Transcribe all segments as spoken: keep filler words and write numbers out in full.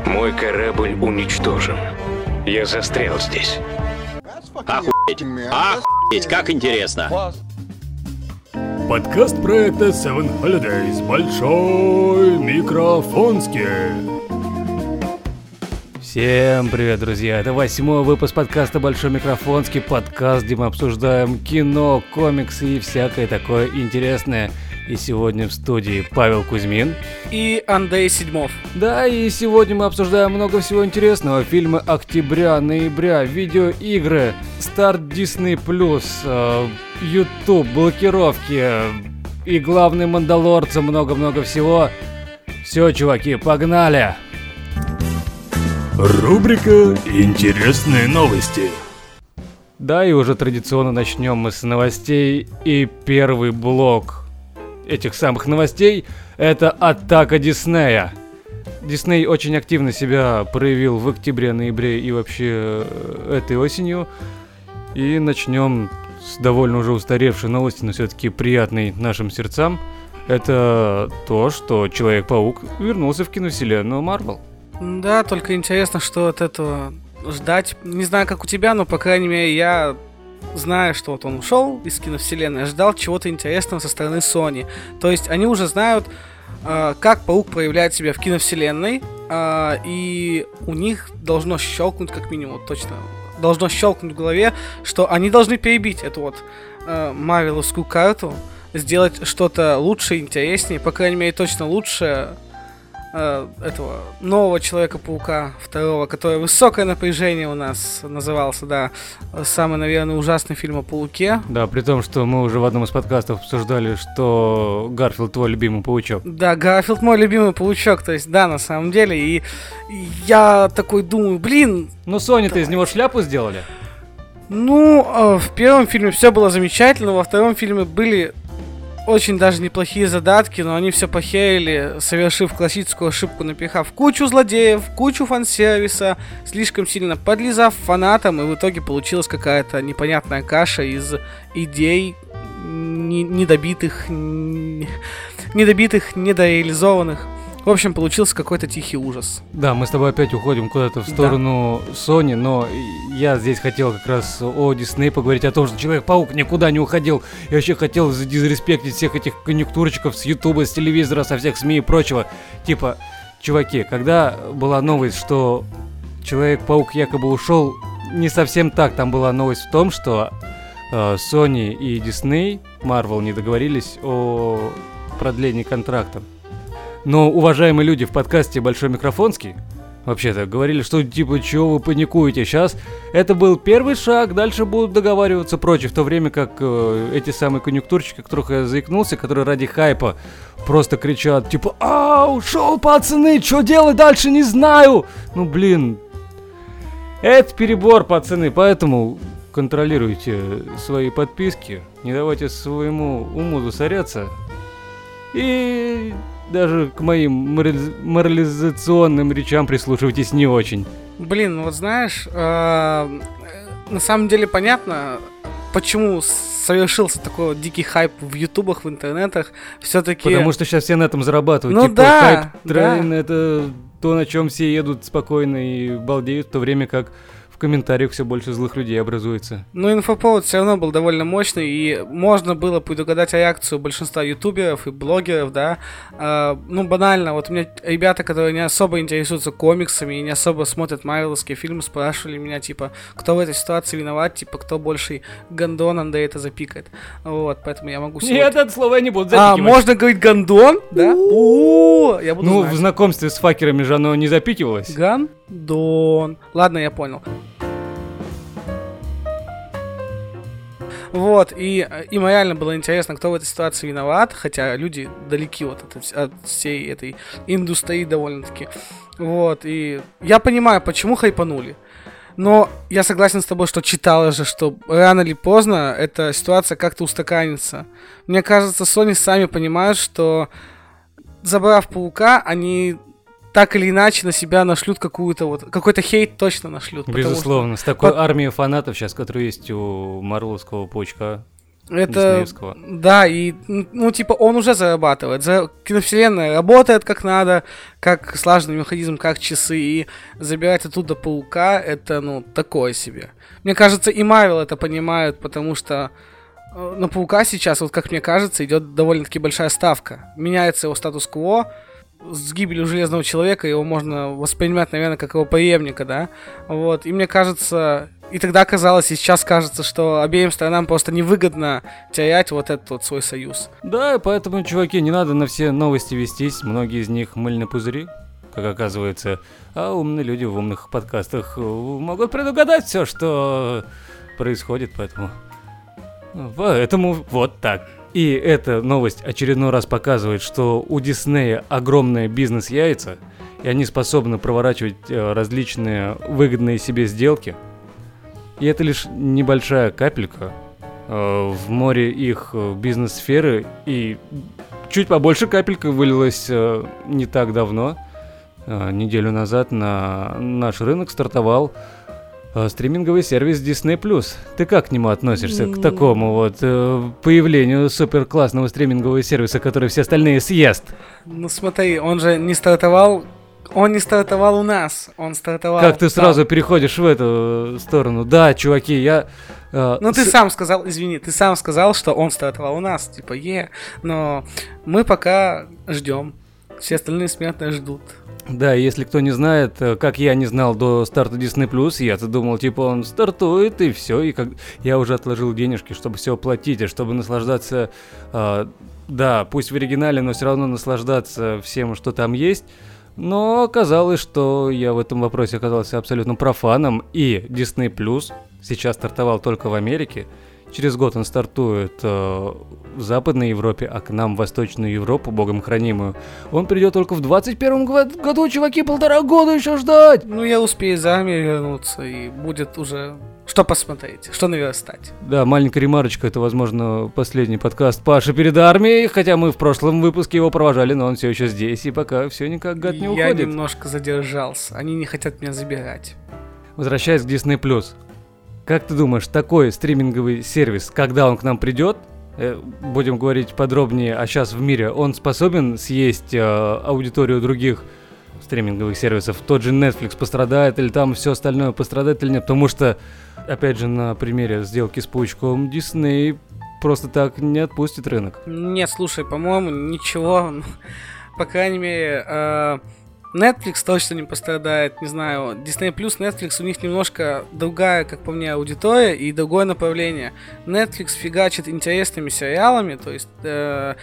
Мой корабль уничтожен. Я застрял здесь. Охуеть! Охуеть, как интересно! Подкаст проекта Seven Holidays. Большой микрофонский. Всем привет, друзья! Это восьмой выпуск подкаста «Большой микрофонский», подкаст, где мы обсуждаем кино, комиксы и всякое такое интересное. И сегодня в студии Павел Кузьмин и Андрей Седьмов. Да, и сегодня мы обсуждаем много всего интересного. Фильмы октября, ноября, видеоигры, старт Disney+, э, YouTube, блокировки и главный Мандалорца, много-много всего. Все, чуваки, погнали! Рубрика «Интересные новости». Да, и уже традиционно начнем мы с новостей. И первый блок этих самых новостей — это атака Диснея. Дисней очень активно себя проявил в октябре, ноябре и вообще этой осенью. И начнем с довольно уже устаревшей новости, но все-таки приятной нашим сердцам. Это то, что Человек-паук вернулся в киновселенную Марвел. Да, только интересно, что от этого ждать. Не знаю, как у тебя, но, по крайней мере, я знаю, что вот он ушел из киновселенной, ждал чего-то интересного со стороны Sony. То есть они уже знают, э, как Паук проявляет себя в киновселенной, э, и у них должно щелкнуть, как минимум, точно, должно щелкнуть в голове, что они должны перебить эту вот э, марвеловскую карту, сделать что-то лучше, интереснее, по крайней мере, точно лучше этого нового Человека-паука второго, который «Высокое напряжение» у нас назывался, да, самый, наверное, ужасный фильм о Пауке. Да, при том, что мы уже в одном из подкастов обсуждали, что Гарфилд твой любимый паучок. Да, Гарфилд мой любимый паучок, то есть, да, на самом деле, и я такой думаю, блин... Ну, Sony-то из него шляпу сделали? Ну, в первом фильме все было замечательно, во втором фильме были очень даже неплохие задатки, но они все похерили, совершив классическую ошибку, напихав кучу злодеев, кучу фан-сервиса, слишком сильно подлизав фанатам, и в итоге получилась какая-то непонятная каша из идей не- недобитых, не- недобитых, недореализованных. В общем, получился какой-то тихий ужас. Да, мы с тобой опять уходим куда-то в сторону да. Sony, но я здесь хотел как раз о Disney поговорить, о том, что Человек-паук никуда не уходил. Я вообще хотел задизреспектить всех этих конъюнктурщиков с Ютуба, с телевизора, со всех СМИ и прочего. Типа, чуваки, когда была новость, что Человек-паук якобы ушел, не совсем так. Там была новость в том, что э, Sony и Disney, Marvel, не договорились о продлении контракта. Но уважаемые люди в подкасте «Большой микрофонский» вообще-то говорили, что типа, чего вы паникуете сейчас. Это был первый шаг, дальше будут договариваться прочее. В то время как э, эти самые конъюнктурщики, о которых я заикнулся, которые ради хайпа просто кричат, типа, а, ушел, пацаны, что делать дальше, не знаю. Ну, блин, это перебор, пацаны, поэтому контролируйте свои подписки, не давайте своему уму засоряться. И... даже к моим морали- морализационным речам прислушивайтесь не очень. Блин, ну вот знаешь, э- на самом деле понятно, почему совершился такой вот дикий хайп в ютубах, в интернетах. Все-таки... Потому что сейчас все на этом зарабатывают. Ну типа, да, хайп-трейн да. Это то, на чем все едут спокойно и балдеют, в то время как в комментариях все больше злых людей образуется. Но инфоповод все равно был довольно мощный, и можно было предугадать реакцию большинства ютуберов и блогеров, да. А, ну, банально, вот у меня ребята, которые не особо интересуются комиксами и не особо смотрят марвеловские фильмы, спрашивали меня, типа, кто в этой ситуации виноват, типа, кто больший гондон, Андрей это запикает. Вот, поэтому я могу... Сегодня... Нет, это слово я не буду запикивать. А, можно говорить гондон, да? У-у-у, я буду Ну, знать. в знакомстве с факерами же оно не запикивалось. Гондон. Ладно, я понял. Вот, и им реально было интересно, кто в этой ситуации виноват, хотя люди далеки вот от, от всей этой индустрии довольно-таки. Вот, и я понимаю, почему хайпанули. Но я согласен с тобой, что читала же, что рано или поздно эта ситуация как-то устаканится. Мне кажется, Sony сами понимают, что, забрав Паука, они так или иначе на себя нашлют какую-то вот... Какой-то хейт точно нашлют. Безусловно, что... с такой По... армией фанатов сейчас, которая есть у марвеловского паучка. Это, да, и, ну, типа, он уже зарабатывает. За... Киновселенная работает как надо, как слаженный механизм, как часы, и забирать оттуда Паука, это, ну, такое себе. Мне кажется, и Марвел это понимают, потому что на Паука сейчас, вот как мне кажется, идет довольно-таки большая ставка. Меняется его статус-кво, с гибелью Железного Человека его можно воспринимать, наверное, как его преемника, да, вот, и мне кажется, и тогда казалось, и сейчас кажется, что обеим сторонам просто невыгодно терять вот этот вот свой союз. Да, поэтому, чуваки, не надо на все новости вестись, многие из них мыльные пузыри, как оказывается, а умные люди в умных подкастах могут предугадать все, что происходит, поэтому, поэтому вот так. И эта новость очередной раз показывает, что у Диснея огромные бизнес-яйца, и они способны проворачивать э, различные выгодные себе сделки. И это лишь небольшая капелька э, в море их э, бизнес-сферы, и чуть побольше капелька вылилась э, не так давно. Э, неделю назад на наш рынок стартовал стриминговый сервис Disney+. Ты как к нему относишься, к такому вот э, появлению супер классного стримингового сервиса, который все остальные съест? Ну смотри, он же не стартовал, он не стартовал у нас, он стартовал... Как ты там. Сразу переходишь в эту сторону? Да, чуваки, я... Э, ну ты с... сам сказал, извини, ты сам сказал, что он стартовал у нас, типа, е, но мы пока ждем, все остальные смертные ждут. Да, если кто не знает, как я не знал до старта Disney+, я-то думал, типа, он стартует и все, и как я уже отложил денежки, чтобы все оплатить, и чтобы наслаждаться, э, да, пусть в оригинале, но все равно наслаждаться всем, что там есть. Но оказалось, что я в этом вопросе оказался абсолютно профаном, и Disney+, сейчас стартовал только в Америке. Через год он стартует э, в Западной Европе, а к нам в Восточную Европу, богом хранимую, он придет только в двадцать первом году, чуваки, полтора года еще ждать! Ну, я успею из армии вернуться, и будет уже что посмотреть, что наверстать. Да, маленькая ремарочка, это, возможно, последний подкаст Паши перед армией, хотя мы в прошлом выпуске его провожали, но он все еще здесь, и пока все никак, гад, не я уходит. Я немножко задержался, они не хотят меня забирать. Возвращаясь к Disnей+. Как ты думаешь, такой стриминговый сервис, когда он к нам придет, э, будем говорить подробнее, а сейчас в мире, он способен съесть э, аудиторию других стриминговых сервисов? Тот же Netflix пострадает или там все остальное пострадает или нет? Потому что, опять же, на примере сделки с Паучком, Disney просто так не отпустит рынок. Нет, слушай, по-моему, ничего, по крайней мере... Э- Netflix точно не пострадает, не знаю, Disney+, Netflix, у них немножко другая, как по мне, аудитория и другое направление. Netflix фигачит интересными сериалами, то есть э,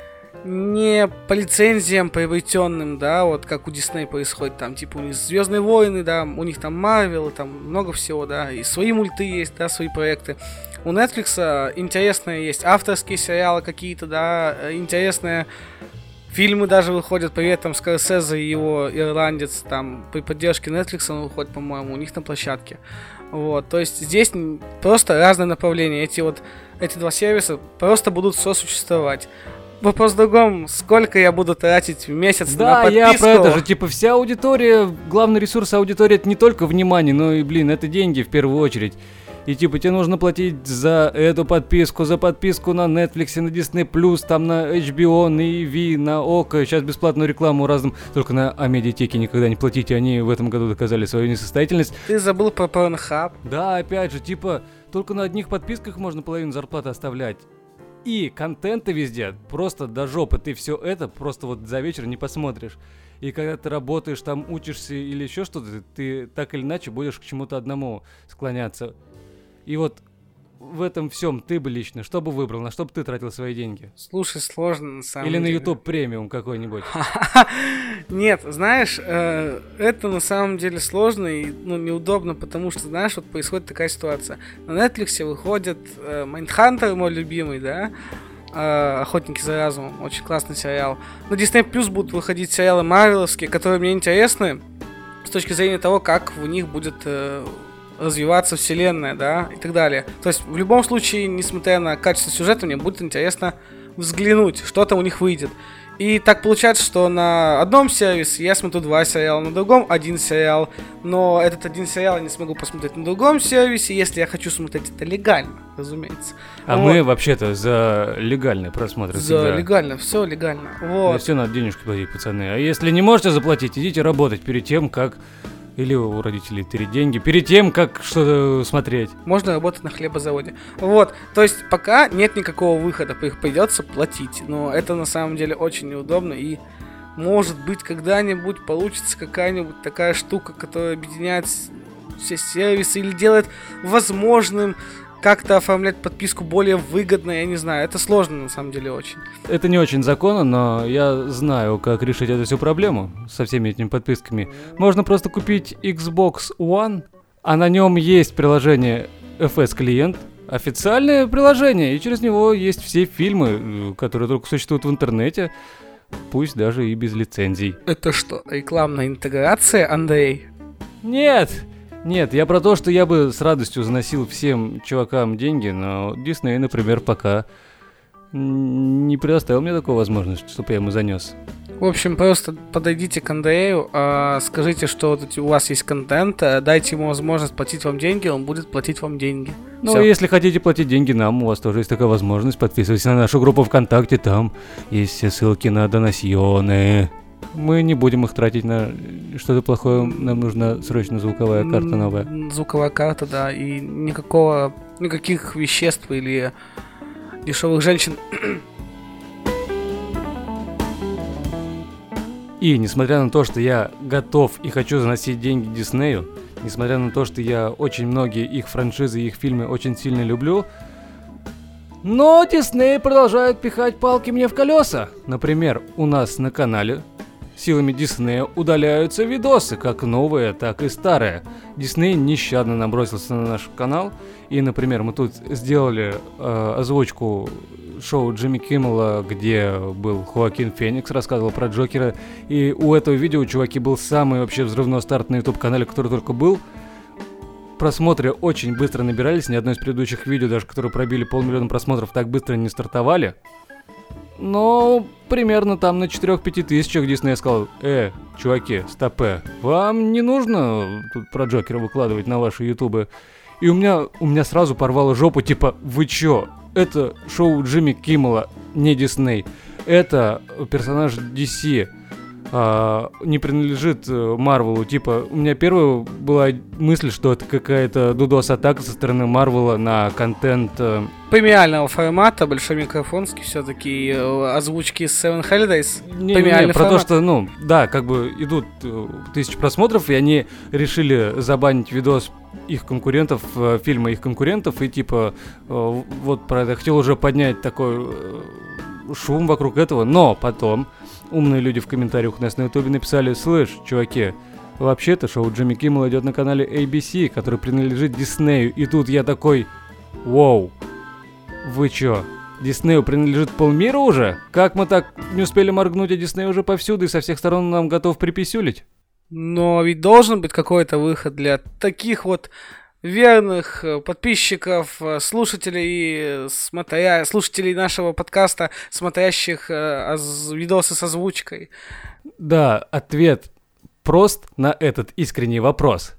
не по лицензиям приобретенным, да, вот как у Disney происходит, там, типа у них Звездные войны, да, у них там Marvel, там много всего, да, и свои мульты есть, да, свои проекты. У Netflix интересные есть авторские сериалы какие-то, да, интересные... Фильмы даже выходят, привет, там, Скорсезе и его «Ирландец», там, при поддержке Netflix он выходит, по-моему, у них на площадке. Вот, то есть здесь просто разные направления. Эти вот, эти два сервиса просто будут сосуществовать. Вопрос в другом, сколько я буду тратить в месяц да, на подписку. Да, я про это же, типа, вся аудитория, главный ресурс аудитории, это не только внимание, но и, блин, это деньги в первую очередь. И типа тебе нужно платить за эту подписку, за подписку на Netflix, на Disney+, там на эйч би о, на и ви, на Око, сейчас бесплатную рекламу разным. Только на Амедиатеке никогда не платите, они в этом году доказали свою несостоятельность. Ты забыл про Pornhub. Да, опять же, типа, только на одних подписках можно половину зарплаты оставлять. И контента везде просто до жопы, ты все это просто вот за вечер не посмотришь. И когда ты работаешь, там учишься или еще что-то, ты так или иначе будешь к чему-то одному склоняться. И вот в этом всем ты бы лично, что бы выбрал, на что бы ты тратил свои деньги? Слушай, сложно на самом Или деле. Или на YouTube премиум какой-нибудь? Нет, знаешь, э, это на самом деле сложно и ну, неудобно, потому что, знаешь, вот происходит такая ситуация. На Netflix выходит э, Mindhunter, мой любимый, да, э, «Охотники за разумом», очень классный сериал. На Disney Plus будут выходить сериалы марвеловские, которые мне интересны с точки зрения того, как в них будет... Э, развиваться вселенная, да, и так далее. То есть, в любом случае, несмотря на качество сюжета, мне будет интересно взглянуть, что там у них выйдет. И так получается, что на одном сервисе я смотрю два сериала, на другом один сериал. Но этот один сериал я не смогу посмотреть на другом сервисе, если я хочу смотреть это легально, разумеется. А вот. мы вообще-то за легальный просмотр За всегда. легально, все легально. Вот. За все надо денежки платить, пацаны. А если не можете заплатить, идите работать перед тем, как... Или у родителей перед деньги, перед тем, как что-то смотреть. Можно работать на хлебозаводе. Вот, то есть пока нет никакого выхода, их придется платить. Но это на самом деле очень неудобно. И может быть когда-нибудь получится какая-нибудь такая штука, которая объединяет все сервисы или делает возможным как-то оформлять подписку более выгодно, я не знаю. Это сложно на самом деле очень. Это не очень законно, но я знаю, как решить эту всю проблему со всеми этими подписками. Можно просто купить Xbox One, а на нем есть приложение эф эс-клиент, официальное приложение, и через него есть все фильмы, которые только существуют в интернете, пусть даже и без лицензий. Это что, рекламная интеграция, Андрей? Нет! Нет, я про то, что я бы с радостью заносил всем чувакам деньги, но Disney, например, пока не предоставил мне такую возможность, чтобы я ему занес. В общем, просто подойдите к Андрею, э, скажите, что вот у вас есть контент, э, дайте ему возможность платить вам деньги, он будет платить вам деньги. Ну, Всё. если хотите платить деньги нам, у вас тоже есть такая возможность. Подписывайтесь на нашу группу ВКонтакте, там есть все ссылки на донасьоны. Мы не будем их тратить на что-то плохое, нам нужна срочно звуковая карта новая. М, Звуковая карта, да, и никакого, никаких веществ или дешевых женщин. И несмотря на то, что я готов и хочу заносить деньги Диснею, несмотря на то, что я очень многие их франшизы и их фильмы очень сильно люблю, но Дисней продолжает пихать палки мне в колеса. Например, у нас на канале силами Диснея удаляются видосы, как новые, так и старые. Дисней нещадно набросился на наш канал, и, например, мы тут сделали э, озвучку шоу Джимми Киммела, где был Хоакин Феникс, рассказывал про Джокера, и у этого видео, чуваки, был самый вообще взрывной старт на YouTube-канале, который только был. Просмотры очень быстро набирались, ни одно из предыдущих видео, даже которые пробили полмиллиона просмотров, так быстро не стартовали. Но примерно там на четыре-пять тысячах Дисней сказал: э, чуваки, стопэ, вам не нужно тут про Джокера выкладывать на ваши ютубы. И у меня, у меня сразу порвало жопу, типа, вы чё? Это шоу Джимми Киммела, не Дисней. Это персонаж ди си, а, не принадлежит Марвелу. Типа, у меня первая была мысль, что это какая-то дудос-атака со стороны Марвела на контент... Премиального формата, большой микрофонский, все-таки озвучки из Seven Holidays. Не, Премиальный не, про формат. то, что, ну, да, как бы идут э, тысячи просмотров, и они решили забанить видос их конкурентов, э, фильма их конкурентов, и типа, э, вот про это хотел уже поднять такой э, шум вокруг этого, но потом умные люди в комментариях у нас на ютубе написали: слышь, чуваки, вообще-то шоу Джимми Киммел идет на канале эй би си, который принадлежит Диснею, и тут я такой: воу, вы чё? Диснею принадлежит полмира уже? Как мы так не успели моргнуть, а Дисней уже повсюду и со всех сторон нам готов приписюлить? Но ведь должен быть какой-то выход для таких вот верных подписчиков, слушателей, смотря... слушателей нашего подкаста, смотрящих э, оз... видосы с озвучкой. Да, ответ прост на этот искренний вопрос.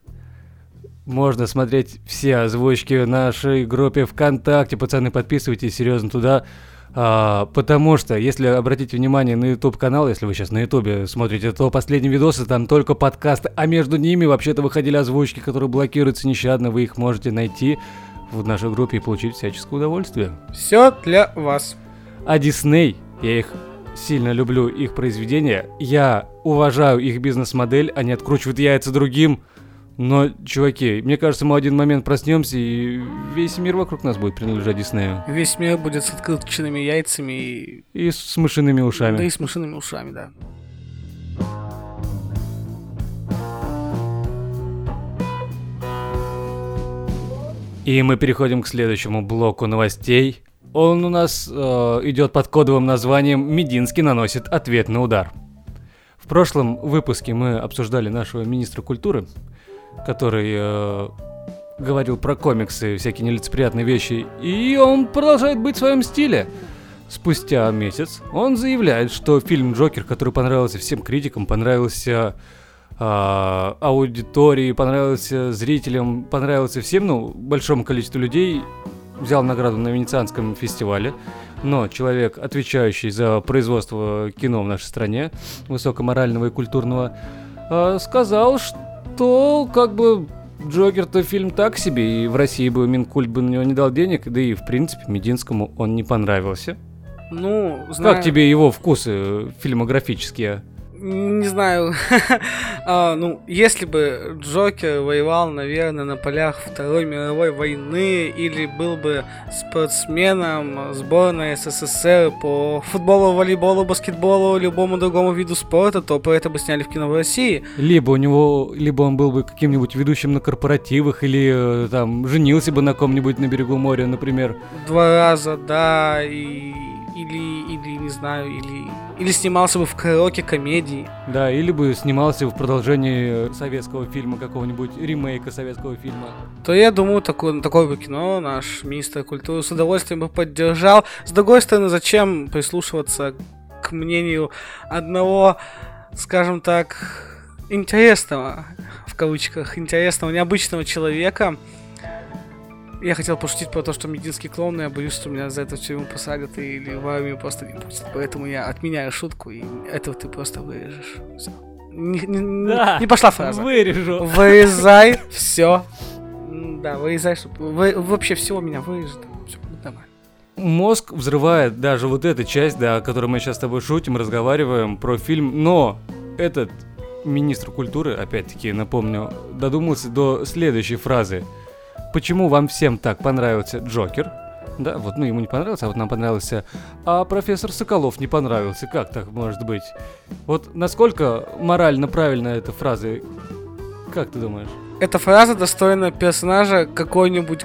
Можно смотреть все озвучки в нашей группе ВКонтакте. Пацаны, подписывайтесь серьезно туда. А, потому что, если обратите внимание на YouTube-канал, если вы сейчас на YouTube смотрите, то последние видосы там только подкасты, а между ними вообще-то выходили озвучки, которые блокируются нещадно. Вы их можете найти в нашей группе и получить всяческое удовольствие. Все для вас. А Disney, я их сильно люблю, их произведения. Я уважаю их бизнес-модель, они откручивают яйца другим. Но, чуваки, мне кажется, мы в один момент проснемся, и весь мир вокруг нас будет принадлежать Диснею. Весь мир будет с открученными яйцами и... И с мышиными ушами. Да и с мышиными ушами, да. И мы переходим к следующему блоку новостей. Он у нас э, идет под кодовым названием «Мединский наносит ответный удар». В прошлом выпуске мы обсуждали нашего министра культуры, который э, говорил про комиксы, всякие нелицеприятные вещи, и он продолжает быть в своем стиле. спустя месяц он заявляет, что фильм «Джокер», который понравился всем критикам, понравился а, аудитории, понравился зрителям, понравился всем, ну, большому количеству людей, взял награду на Венецианском фестивале. Но человек, отвечающий за производство кино в нашей стране, высокоморального и культурного, а, сказал, что как бы «Джокер»-то фильм так себе, и в России бы Минкульт бы на него не дал денег, да и в принципе Мединскому он не понравился. Ну, знаю... Как тебе его вкусы фильмографические? Не знаю. а, ну, если бы Джокер воевал, наверное, на полях Второй мировой войны или был бы спортсменом сборной СССР по футболу, волейболу, баскетболу, любому другому виду спорта, то про это бы сняли в кино в России. Либо у него, либо он был бы каким-нибудь ведущим на корпоративах, или там женился бы на ком-нибудь на берегу моря, например. Два раза, да, и... Или, или, не знаю, или, или снимался бы в караоке-комедии. Да, или бы снимался в продолжении советского фильма, какого-нибудь ремейка советского фильма. То я думаю, такое, такое бы кино наш министр культуры с удовольствием бы поддержал. С другой стороны, зачем прислушиваться к мнению одного, скажем так, интересного, в кавычках, интересного, необычного человека. Я хотел пошутить про то, что Мединский клоун, но я боюсь, что меня за это в тюрьму посадят или в армию просто не пустят. Поэтому я отменяю шутку, и этого ты просто вырежешь. Все. Не, не, Да, не пошла фраза. Вырежу. Вырезай все. Да, вырезай, чтобы... Вы, вообще всего меня вырежет. Все будет нормально. Мозг взрывает даже вот эта часть, да, о которой мы сейчас с тобой шутим, разговариваем про фильм, но этот министр культуры, опять-таки, напомню, додумался до следующей фразы. Почему вам всем так понравился Джокер? Да, вот, ну, ему не понравился, а вот нам понравился. А профессор Соколов не понравился. Как так может быть? Вот насколько морально правильна эта фраза? Как ты думаешь? Эта фраза достойна персонажа какой-нибудь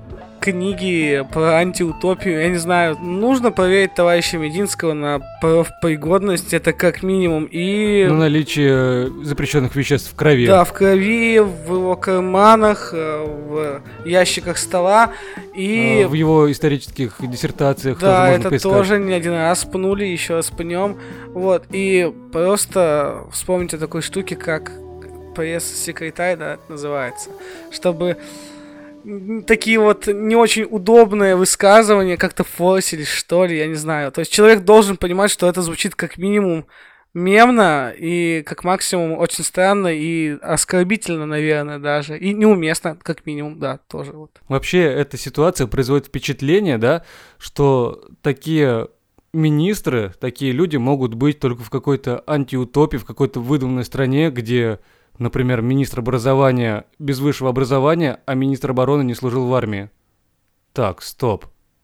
книги про антиутопию. Я не знаю, нужно проверить товарища Мединского на профпригодность, это как минимум. И... Ну, наличие запрещенных веществ в крови. Да, в крови, в его карманах, в ящиках стола. И... А, в его исторических диссертациях да, тоже можно это поискать. тоже не один раз пнули, еще раз пнем. Вот, и просто вспомните о такой штуке, как пресс-секретарь, да, это называется. Чтобы такие вот не очень удобные высказывания как-то форсились, что ли, я не знаю. То есть человек должен понимать, что это звучит как минимум мемно и как максимум очень странно и оскорбительно, наверное, даже. И неуместно, как минимум, да, тоже вот. Вообще, эта ситуация производит впечатление, да, что такие министры, такие люди могут быть только в какой-то антиутопии, в какой-то выдуманной стране, где... Например, министр образования без высшего образования, а министр обороны не служил в армии. Так, стоп.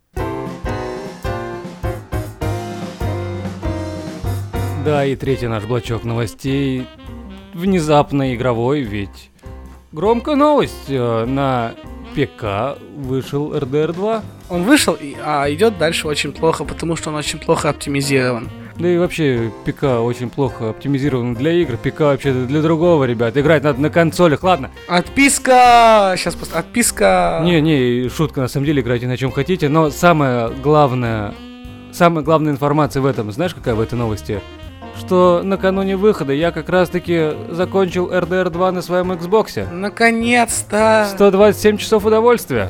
Да, и третий наш блочок новостей. Внезапно игровой, ведь громкая новость. На ПК вышел эр дэ эр два. Он вышел, а идет дальше очень плохо, потому что он очень плохо оптимизирован. Да и вообще, ПК очень плохо оптимизирован для игр. ПК вообще для другого, ребят. Играть надо на консолях, ладно? Отписка! Сейчас просто отписка! Не-не, шутка, на самом деле, играйте на чем хотите. Но самое главное, самая главная информация в этом, знаешь, какая в этой новости? Что накануне выхода я как раз-таки закончил эр дэ эр два на своем Xbox. Наконец-то! сто двадцать семь часов удовольствия.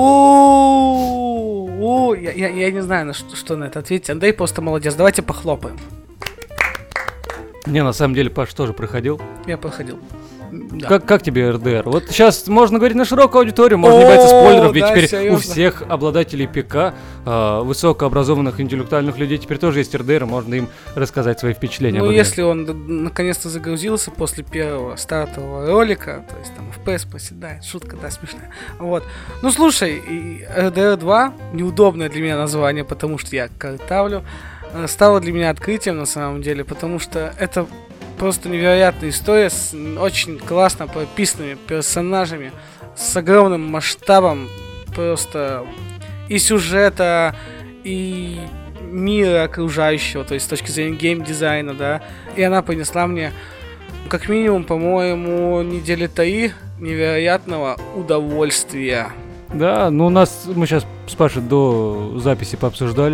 У-у-у, я, я, я не знаю, на что, что на это ответить. Андрей просто молодец. Давайте похлопаем. Не, на самом деле, Паш тоже проходил. Я проходил. Да. Как, как тебе эр дэ эр? Вот сейчас можно говорить на широкую аудиторию, можно не бояться спойлеров, ведь да, теперь серьезно? у всех обладателей ПК, э, высокообразованных интеллектуальных людей, теперь тоже есть эр дэ эр, можно им рассказать свои впечатления. Ну, если он д- наконец-то загрузился после первого стартового ролика, то есть там эф пи эс проседает, шутка, да, смешная. Вот. Ну, слушай, и эр дэ эр два, неудобное для меня название, потому что я картавлю, стало для меня открытием на самом деле, потому что это просто невероятная история с очень классно прописанными персонажами, с огромным масштабом просто и сюжета, и мира окружающего, то есть с точки зрения геймдизайна, да. И она принесла мне, как минимум, по-моему, недели три невероятного удовольствия. Да, ну у нас, мы сейчас с Пашей до записи пообсуждали,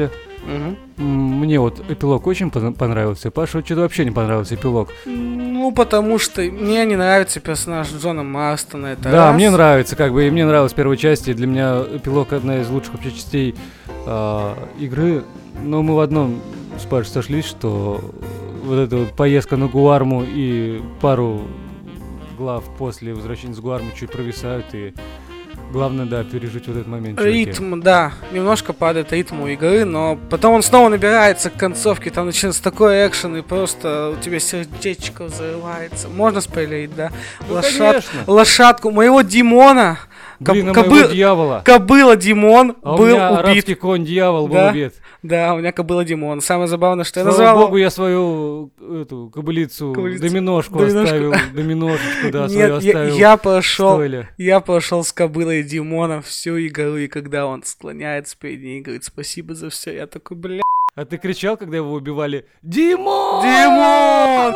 Угу. Мне вот эпилог очень пон- понравился. Паша, вот что-то вообще не понравился эпилог. Ну, потому что мне не нравится персонаж Джона Марстона. Это Да, раз. мне нравится, как бы, и мне нравилась первая часть, и для меня эпилог одна из лучших вообще частей э, игры. Но мы в одном с Пашей сошлись, что вот эта вот поездка на Гуарму и пару глав после возвращения с Гуармы чуть провисают, и главное, да, пережить вот этот момент. чуваки. Ритм, да, немножко падает ритм у игры, но потом он снова набирается к концовке, там начинается такой экшен, и просто у тебя сердечко взрывается. Можно спойлерить, да? Ну, Лошад... конечно. Лошадку моего Димона, Блин, а коб- моего кобы- дьявола. кобыла Димон А у был меня убит. арабский конь дьявол был Да. убит. Да, у меня кобыла Димон. Самое забавное, что я Слава назвал... богу, я свою эту кобылицу, Кобылицу. доминошку, Доминошку. оставил, доминошечку, да, свою Нет, я, оставил. я в прошел, стойле. я прошел с кобылой Димона всю игру, и когда он склоняется перед ней и говорит спасибо за все, я такой, бля. А ты кричал, когда его убивали? Димон! Димон!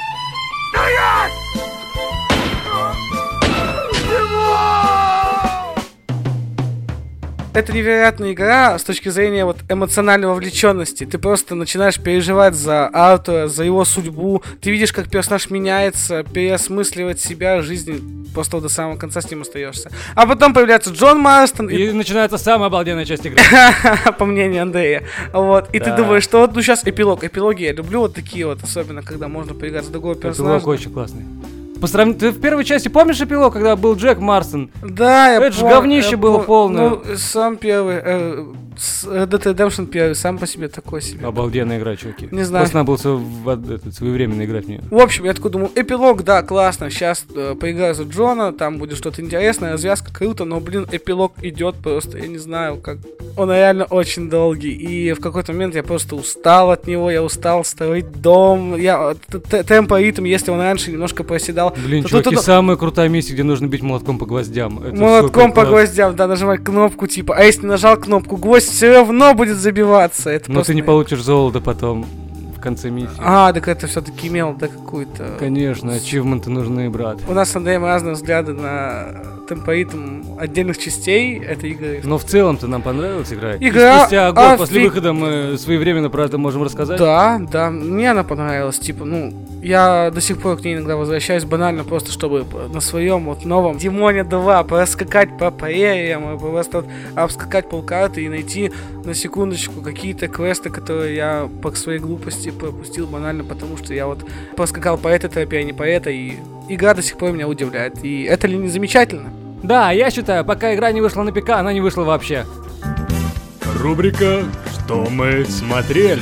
Это невероятная игра с точки зрения вот эмоциональной вовлеченности. Ты просто начинаешь переживать за Артура, за его судьбу. Ты видишь, как персонаж меняется, переосмысливает себя, жизнь. Просто вот до самого конца с ним остаешься. А потом появляется Джон Марстон, и И начинается самая обалденная часть игры. по мнению Андрея. Вот. И ты Да. думаешь, что вот ну сейчас эпилог. Эпилоги я люблю вот такие вот, особенно когда можно поиграть за другого персонажа. Эпилог очень классный. По сравнению... Ты в первой части помнишь эпилог, когда был Джек Марстон? Да, я Это ж пом- говнище я было пом- полное. Ну, сам первый, э, с- Red Dead Redemption первый, сам по себе такой себе. Обалденная игра, чуваки. Не знаю. Просто надо было сво- в- этот, своевременно играть в нее. В общем, я такой думал, эпилог, да, классно, сейчас э, поиграю за Джона, там будет что-то интересное, развязка круто, но, блин, эпилог идет просто, я не знаю, как... Он реально очень долгий, и в какой-то момент я просто устал от него, я устал строить дом, я... т- т- темпо, ритм, если он раньше немножко проседал... Блин, то чуваки, тут- самая крутая миссия, где нужно бить молотком по гвоздям. Это Молотком по супер класс. гвоздям, да, нажимать кнопку, типа, а если нажал кнопку, гвоздь все равно будет забиваться. Это Но просто... ты не получишь золото потом в конце миссии. А, так это все-таки имел, да, какую-то... Конечно, ачивменты нужны, брат. У нас с Андреем разные взгляды на темпоритм отдельных частей этой игры. Но в целом-то нам понравилась игра. И Игра спустя год после офиг- выхода мы своевременно про это можем рассказать. Да, да, мне она понравилась, типа, ну, я до сих пор к ней иногда возвращаюсь банально просто, чтобы на своем вот новом Димоне два проскакать по прериям, просто вот обскакать полкарты и найти на секундочку какие-то квесты, которые я по своей глупости пропустил банально, потому что я вот проскакал по этой тропе, а не по этой, и игра до сих пор меня удивляет. И это ли не замечательно? Да, я считаю, пока игра не вышла на ПК, она не вышла вообще. Рубрика «Что мы смотрели?»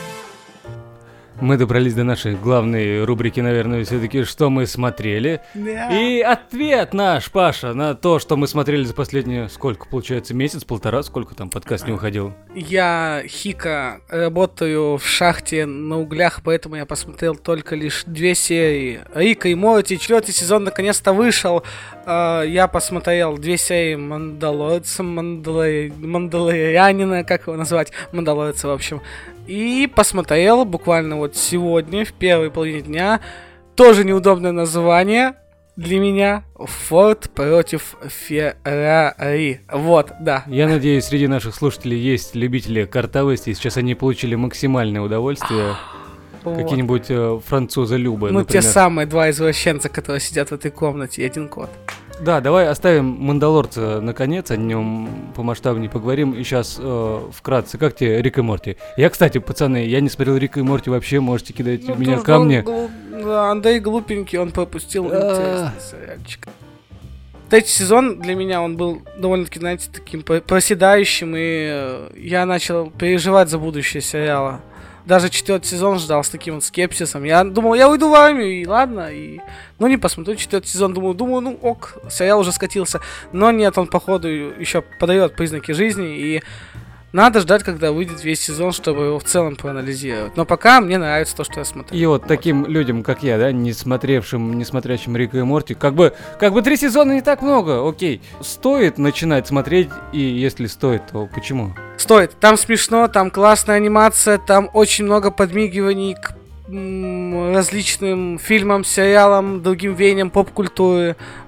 Мы добрались до нашей главной рубрики, наверное, все-таки «Что мы смотрели?». И ответ наш, Паша, на то, что мы смотрели за последние, сколько, получается, месяц-полтора, сколько там подкаст не уходил? Я, Хика, работаю в шахте на углях, поэтому я посмотрел только лишь две серии. Рика и Морти, четвертый сезон наконец-то вышел. Uh, я посмотрел две серии Мандалорца, Мандалори... Мандалорианина, как его назвать, Мандалорца, в общем. И посмотрел буквально вот сегодня, в первой половине дня, тоже неудобное название для меня, Форд против Феррари. Вот, да. Я надеюсь, среди наших слушателей есть любители картавости, и сейчас они получили максимальное удовольствие. Вот. Какие-нибудь э, французы Любы, Ну, например. те самые два извращенца, которые сидят в этой комнате, и один кот. Да, давай оставим Мандалорца наконец, о нем помасштабнее поговорим. И сейчас э, вкратце, как тебе Рик и Морти? Я, кстати, пацаны, я не смотрел Рика и Морти вообще, можете кидать Ну, меня тоже камни. гл- гл- да, Андрей глупенький, он пропустил А. интересный сериальчик. Третий сезон для меня он был довольно-таки, знаете, таким про- проседающим, и э, я начал переживать за будущее сериала. Даже четвертый сезон ждал с таким вот скепсисом. Я думал, я уйду в армию, и ладно, и... Ну, не посмотрю четвертый сезон, думаю, думаю, ну ок, сериал уже скатился. Но нет, он, походу, еще подает признаки жизни, и надо ждать, когда выйдет весь сезон, чтобы его в целом проанализировать. Но пока мне нравится то, что я смотрю. И вот таким людям, как я, да, не смотревшим, не смотрящим Рика и Морти, как бы, как бы три сезона не так много, окей. Стоит начинать смотреть, и если стоит, то почему? Стоит. Там смешно, там классная анимация, там очень много подмигиваний к м, различным фильмам, сериалам, другим веяниям поп-культуры.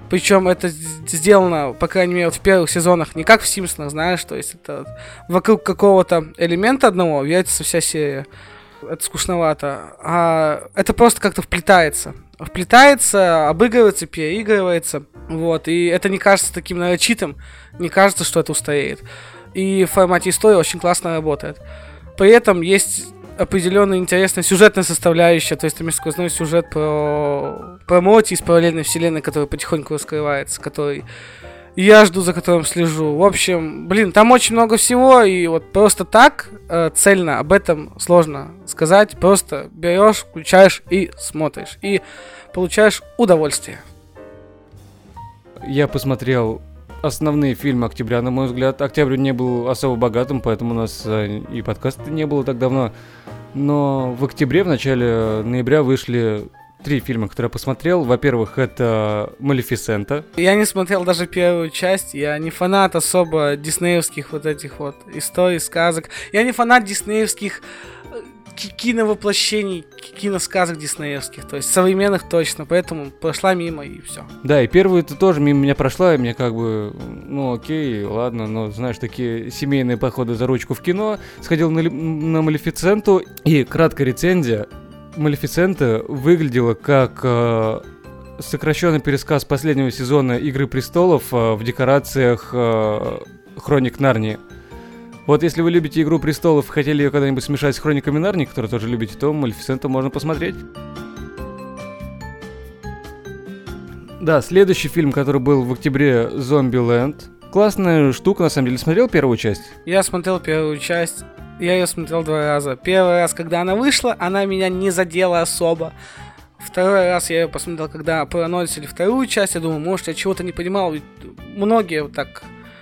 Причем это сделано, по крайней мере, вот в первых сезонах, не как в Симпсонах, знаешь, то есть это вокруг какого-то элемента одного вертится вся серия. Это скучновато. А это просто как-то вплетается. Вплетается, обыгрывается, переигрывается. Вот. И это не кажется таким нарочитым. Не кажется, что это устареет. И в формате истории очень классно работает. При этом есть определенная интересная сюжетная составляющая, то есть там есть сквозной сюжет про, про Морти из параллельной вселенной, который потихоньку раскрывается, который я жду, за которым слежу. В общем, блин, там очень много всего, и вот просто так э, цельно об этом сложно сказать. Просто берешь, включаешь и смотришь, и получаешь удовольствие. Я посмотрел основные фильмы октября, на мой взгляд. Октябрь не был особо богатым, поэтому у нас э, и подкаста не было так давно. Но в октябре, в начале ноября вышли три фильма, которые я посмотрел. Во-первых, это «Малефисента». Я не смотрел даже первую часть. Я не фанат особо диснеевских вот этих вот историй, сказок. Я не фанат диснеевских киновоплощений, киносказок диснеевских, то есть современных точно, поэтому прошла мимо и все. Да, и первую ты тоже мимо меня прошла, и мне как бы, ну окей, ладно, но знаешь, такие семейные походы за ручку в кино. Сходил на, на Малефисенту, и краткая рецензия. Малефисента выглядела как э, сокращенный пересказ последнего сезона «Игры престолов» э, в декорациях э, «Хроник Нарнии». Вот если вы любите «Игру престолов» и хотели ее когда-нибудь смешать с «Хрониками Нарнии», которые тоже любите, то «Малефисенту» можно посмотреть. Да, следующий фильм, который был в октябре, «Зомбиленд». Классная штука, на самом деле. Смотрел первую часть? Я смотрел первую часть. Я ее смотрел два раза. Первый раз, когда она вышла, она меня не задела особо. Второй раз я ее посмотрел, когда проанонсили вторую часть. Я думаю, может, я чего-то не понимал. Ведь многие вот так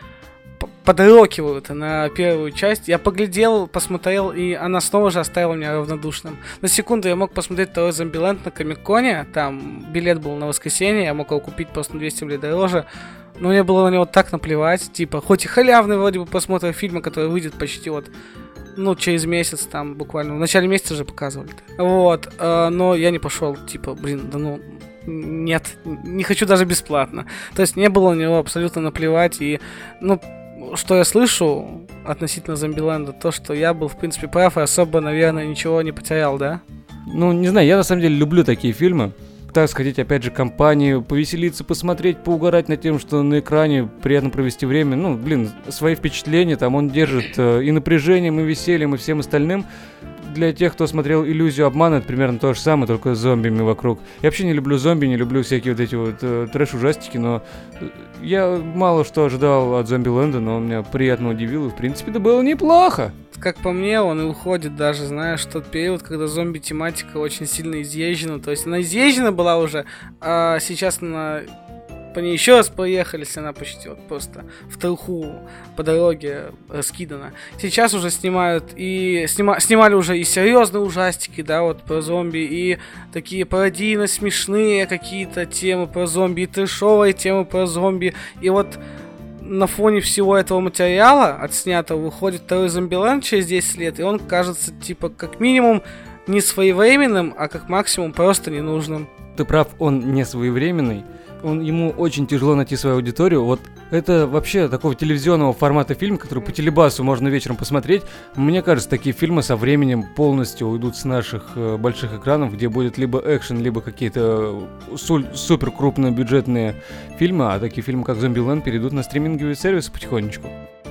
подрокивают на первую часть. Я поглядел, посмотрел, и она снова же оставила меня равнодушным. На секунду я мог посмотреть второй Зомбиленд на Комик-Коне. Там билет был на воскресенье, я мог его купить просто на двести рублей дороже. Но мне было на него так наплевать. Типа, хоть и халявный вроде бы просмотр фильма, который выйдет почти вот, ну, через месяц, там, буквально. В начале месяца же показывали. Вот. Э, но я не пошел. Типа, блин, да ну... Нет, не хочу даже бесплатно. То есть не было на него абсолютно наплевать. И, ну, что я слышу относительно Зомбиленда, то, что я был, в принципе, прав и особо, наверное, ничего не потерял, да? Ну, не знаю, я на самом деле люблю такие фильмы. Так сходить, опять же, в компанию, повеселиться, посмотреть, поугарать над тем, что на экране приятно провести время. Ну, блин, свои впечатления там он держит э, и напряжением, и весельем, и всем остальным. Для тех, кто смотрел «Иллюзию обмана», это примерно то же самое, только с зомбими вокруг. Я вообще не люблю зомби, не люблю всякие вот эти вот э, трэш-ужастики, но я мало что ожидал от Зомбиленда, но он меня приятно удивил, и в принципе это было неплохо. Как по мне, он и уходит даже, знаешь, в тот период, когда зомби-тематика очень сильно изъезжена. То есть она изъезжена была уже, а сейчас она... по ней еще раз проехались, она почти вот просто в труху по дороге раскидана. Сейчас уже снимают и снима, снимали уже и серьезные ужастики, да, вот про зомби, и такие пародийно смешные какие-то темы про зомби, и трэшовые темы про зомби. И вот на фоне всего этого материала отснятого выходит второй Зомбиленд через десять лет, и он кажется типа как минимум не своевременным, а как максимум просто ненужным. Ты прав, он не своевременный. Он, ему очень тяжело найти свою аудиторию. Вот это вообще такого телевизионного формата фильм, который по телебасу можно вечером посмотреть. Мне кажется, такие фильмы со временем полностью уйдут с наших э, больших экранов, где будет либо экшен, либо какие-то суль- супер крупные бюджетные фильмы, а такие фильмы, как «Зомбиленд», перейдут на стриминговые сервисы потихонечку.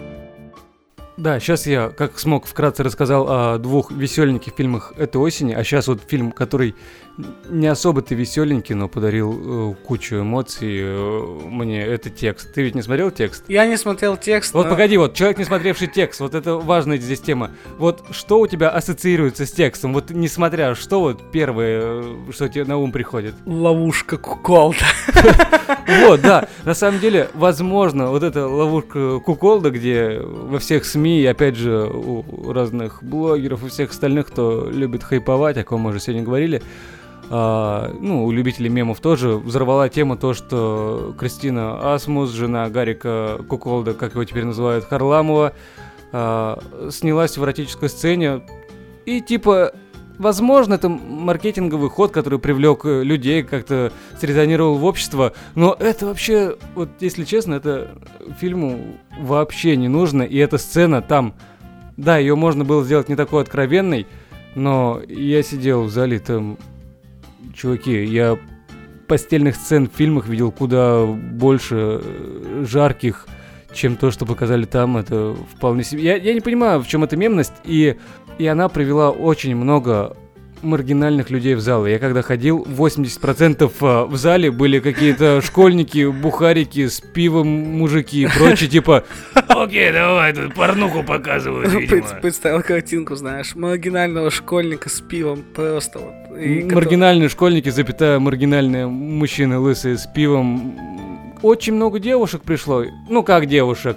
Да, сейчас я, как смог, вкратце рассказал о двух веселеньких фильмах этой осени, а сейчас вот фильм, который не особо-то веселенький, но подарил э, кучу эмоций э, мне, это «Текст». Ты ведь не смотрел «Текст»? Я не смотрел «Текст». Вот но... погоди, вот человек, не смотревший «Текст», вот это важная здесь тема. Вот что у тебя ассоциируется с текстом? Вот несмотря, что вот первое, что тебе на ум приходит? Ловушка куколда. Вот, да, на самом деле, возможно, вот эта ловушка куколда, где во всех СМИ, и опять же, у разных блогеров и всех остальных, кто любит хайповать, о ком мы уже сегодня говорили, а, ну, у любителей мемов тоже взорвала тема то, что Кристина Асмус, жена Гарика Куколда, как его теперь называют, Харламова, а, снялась в эротической сцене, и типа... Возможно, это маркетинговый ход, который привлек людей, как-то срезонировал в общество, но это вообще, вот если честно, это фильму вообще не нужно, и эта сцена там, да, ее можно было сделать не такой откровенной, но я сидел в зале, там, чуваки, я постельных сцен в фильмах видел куда больше жарких, чем то, что показали там, это вполне себе... Я, я не понимаю, в чем эта мемность, и, и она привела очень много маргинальных людей в зал. Я когда ходил, восемьдесят процентов в зале были какие-то школьники, бухарики с пивом мужики и прочее, типа «Окей, давай, тут порнуху показывают, видимо». Представил картинку, знаешь, маргинального школьника с пивом, просто вот. И маргинальные который... школьники, запятая, маргинальные мужчины лысые с пивом. Очень много девушек пришло. Ну, как девушек?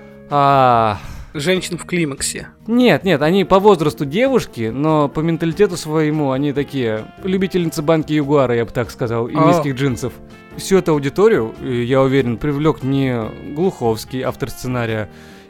А... Женщин в климаксе. Нет, нет, они по возрасту девушки, но по менталитету своему они такие любительницы банки Ягуара, я бы так сказал, и О. низких джинсов. Всю эту аудиторию, я уверен, привлек не Глуховский, автор сценария,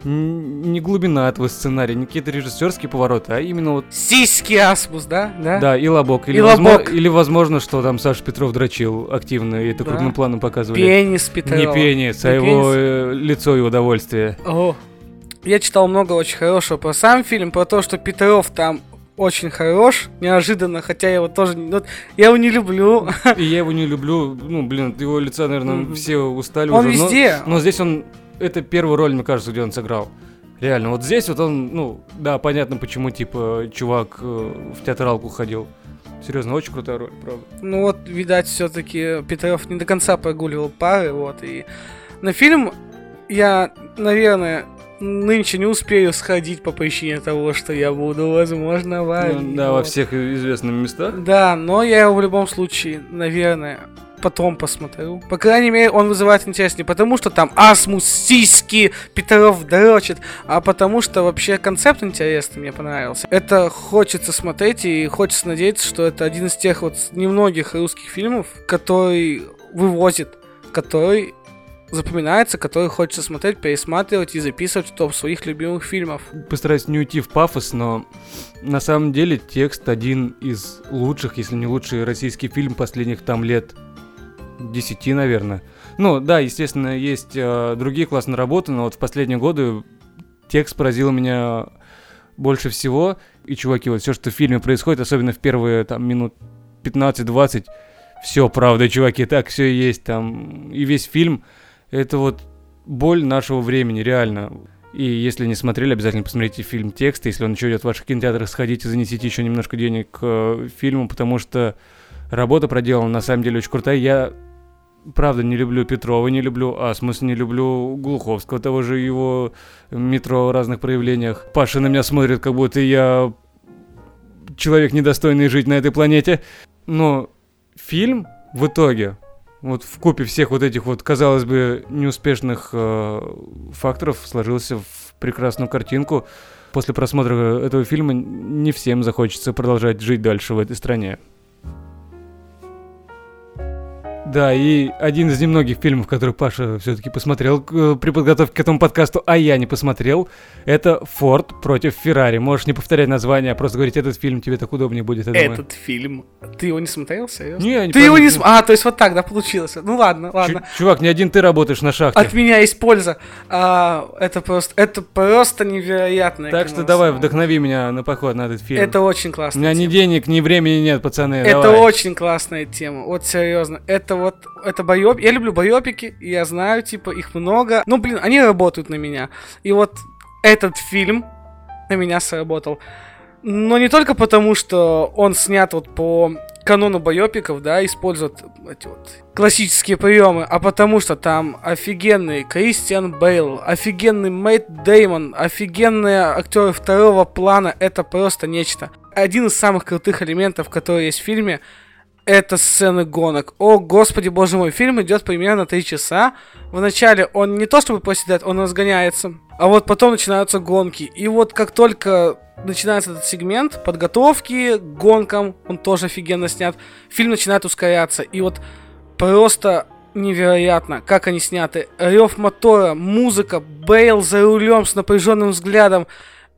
не глубина этого сценария, не какие-то режиссерские повороты, а именно вот... Сиськи Асмус, да? Да, да и Лобок. Или, и возможно, Лобок. Или возможно, что там Саша Петров дрочил активно, и это да. крупным планом показывали. Пенис Петрова. Не пенис, а не его пенис. Э, лицо и удовольствие. О. Я читал много очень хорошего про сам фильм, про то, что Петров там очень хорош, неожиданно, хотя я его тоже... Вот, я его не люблю. И я его не люблю, ну, блин, от его лица, наверное, mm-hmm. все устали он уже. Он везде. Но, но здесь он... Это первая роль, мне кажется, где он сыграл. Реально, вот здесь вот он, ну, да, понятно, почему, типа, чувак э, в театралку ходил. Серьезно, очень крутая роль, правда. Ну вот, видать, все-таки Петров не до конца прогуливал пары, вот, и... На фильм я, наверное... Нынче не успею сходить по причине того, что я буду, возможно, в армии. Ну, да, вот. Во всех известных местах. Да, но я его в любом случае, наверное, потом посмотрю. По крайней мере, он вызывает интерес не потому, что там Асмус, сиськи, Петров дрочит, а потому что вообще концепт интересный, мне понравился. Это хочется смотреть и хочется надеяться, что это один из тех вот немногих русских фильмов, который вывозит, который... запоминается, который хочется смотреть, пересматривать и записывать в топ своих любимых фильмов. Постараюсь не уйти в пафос, но на самом деле текст один из лучших, если не лучший российский фильм последних там лет десяти, наверное. Ну, да, естественно, есть э, другие классные работы, но вот в последние годы текст поразил меня больше всего. И, чуваки, вот все, что в фильме происходит, особенно в первые там минут пятнадцать-двадцать, все правда, чуваки, так все и есть там. И весь фильм — это вот боль нашего времени, реально. И если не смотрели, обязательно посмотрите фильм «Текст». Если он еще идет в ваших кинотеатрах, сходите, занесите еще немножко денег к э, фильму, потому что работа проделана на самом деле очень крутая. Я, правда, не люблю Петрова, не люблю Асмус, не люблю Глуховского, того же его «Метро» в разных проявлениях. Паша на меня смотрит, как будто я человек, недостойный жить на этой планете. Но фильм в итоге... Вот вкупе всех вот этих вот, казалось бы, неуспешных э, факторов сложился в прекрасную картинку. После просмотра этого фильма не всем захочется продолжать жить дальше в этой стране. Да, и один из немногих фильмов, который Паша все-таки посмотрел э, при подготовке к этому подкасту, а я не посмотрел, это «Форд против Феррари». Можешь не повторять название, а просто говорить, этот фильм тебе так удобнее будет, я думаю. Этот фильм? Ты его не смотрел, серьезно? Не, я не Ты его не помню. смотрел? А, то есть вот так, да, получилось. Ну ладно, ладно. Ч- чувак, не один ты работаешь на шахте. От меня есть польза. А, это просто, это просто невероятное Так кино, что давай, самое. вдохнови меня на поход на этот фильм. Это очень У классно. меня ни денег, ни времени нет, пацаны, Это давай. очень классная тема, вот серьезно. Это вот, это байоп... Я люблю байопики, и я знаю, типа, их много. Ну, блин, они работают на меня. И вот этот фильм на меня сработал. Но не только потому, что он снят вот по канону байопиков, да, использует эти вот классические приемы, а потому что там офигенный Кристиан Бейл, офигенный Мэтт Дэймон, офигенные актеры второго плана, это просто нечто. Один из самых крутых элементов, которые есть в фильме, это сцены гонок. О, господи, боже мой, фильм идет примерно три часа. Вначале он не то чтобы проседает, он разгоняется, а вот потом начинаются гонки. И вот как только начинается этот сегмент подготовки к гонкам, он тоже офигенно снят, фильм начинает ускоряться. И вот просто невероятно, как они сняты. Рев мотора, музыка, Бейл за рулем с напряженным взглядом.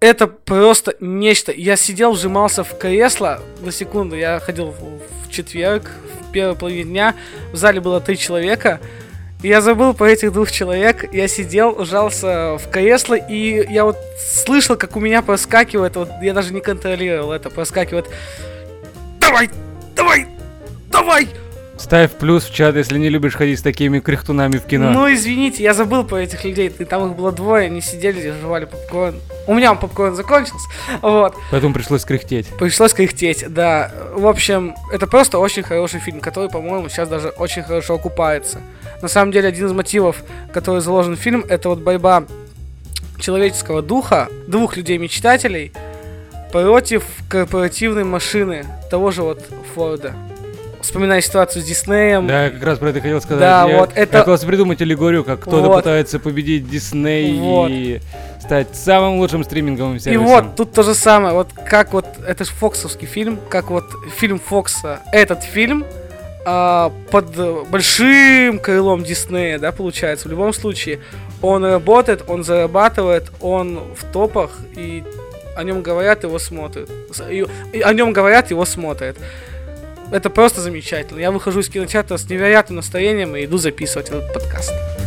это просто нечто. Я сидел, вжимался в кресло. На секунду, я ходил в, в четверг, в первой половине дня. В зале было три человека. И я забыл про этих двух человек. Я сидел, вжался в кресло, и я вот слышал, как у меня проскакивает, вот я даже не контролировал это, проскакивает. Давай, давай, давай! Ставь плюс в чат, если не любишь ходить с такими кряхтунами в кино. Ну, извините, я забыл про этих людей. Там их было двое, они сидели, жевали попкорн. У меня попкорн закончился, вот. Поэтому пришлось кряхтеть. Пришлось кряхтеть, да. В общем, это просто очень хороший фильм, который, по-моему, сейчас даже очень хорошо окупается. На самом деле, один из мотивов, который заложен в фильм, это вот борьба человеческого духа, двух людей-мечтателей против корпоративной машины того же вот Форда. Вспоминая ситуацию с Диснеем. Да, я как раз про это хотел сказать. Да, я, вот это... я пытался придумать аллегорию, как кто-то вот. пытается победить Дисней Вот. и стать самым лучшим стриминговым сервисом. И вот, тут то же самое. Вот как вот, это же фоксовский фильм, как вот фильм Фокса, этот фильм а, под большим крылом Диснея, да, получается. В любом случае, он работает, он зарабатывает, он в топах, и о нем говорят, его смотрят. И, и о нем говорят, его смотрят. Это просто замечательно. Я выхожу из кинотеатра с невероятным настроением и иду записывать этот подкаст.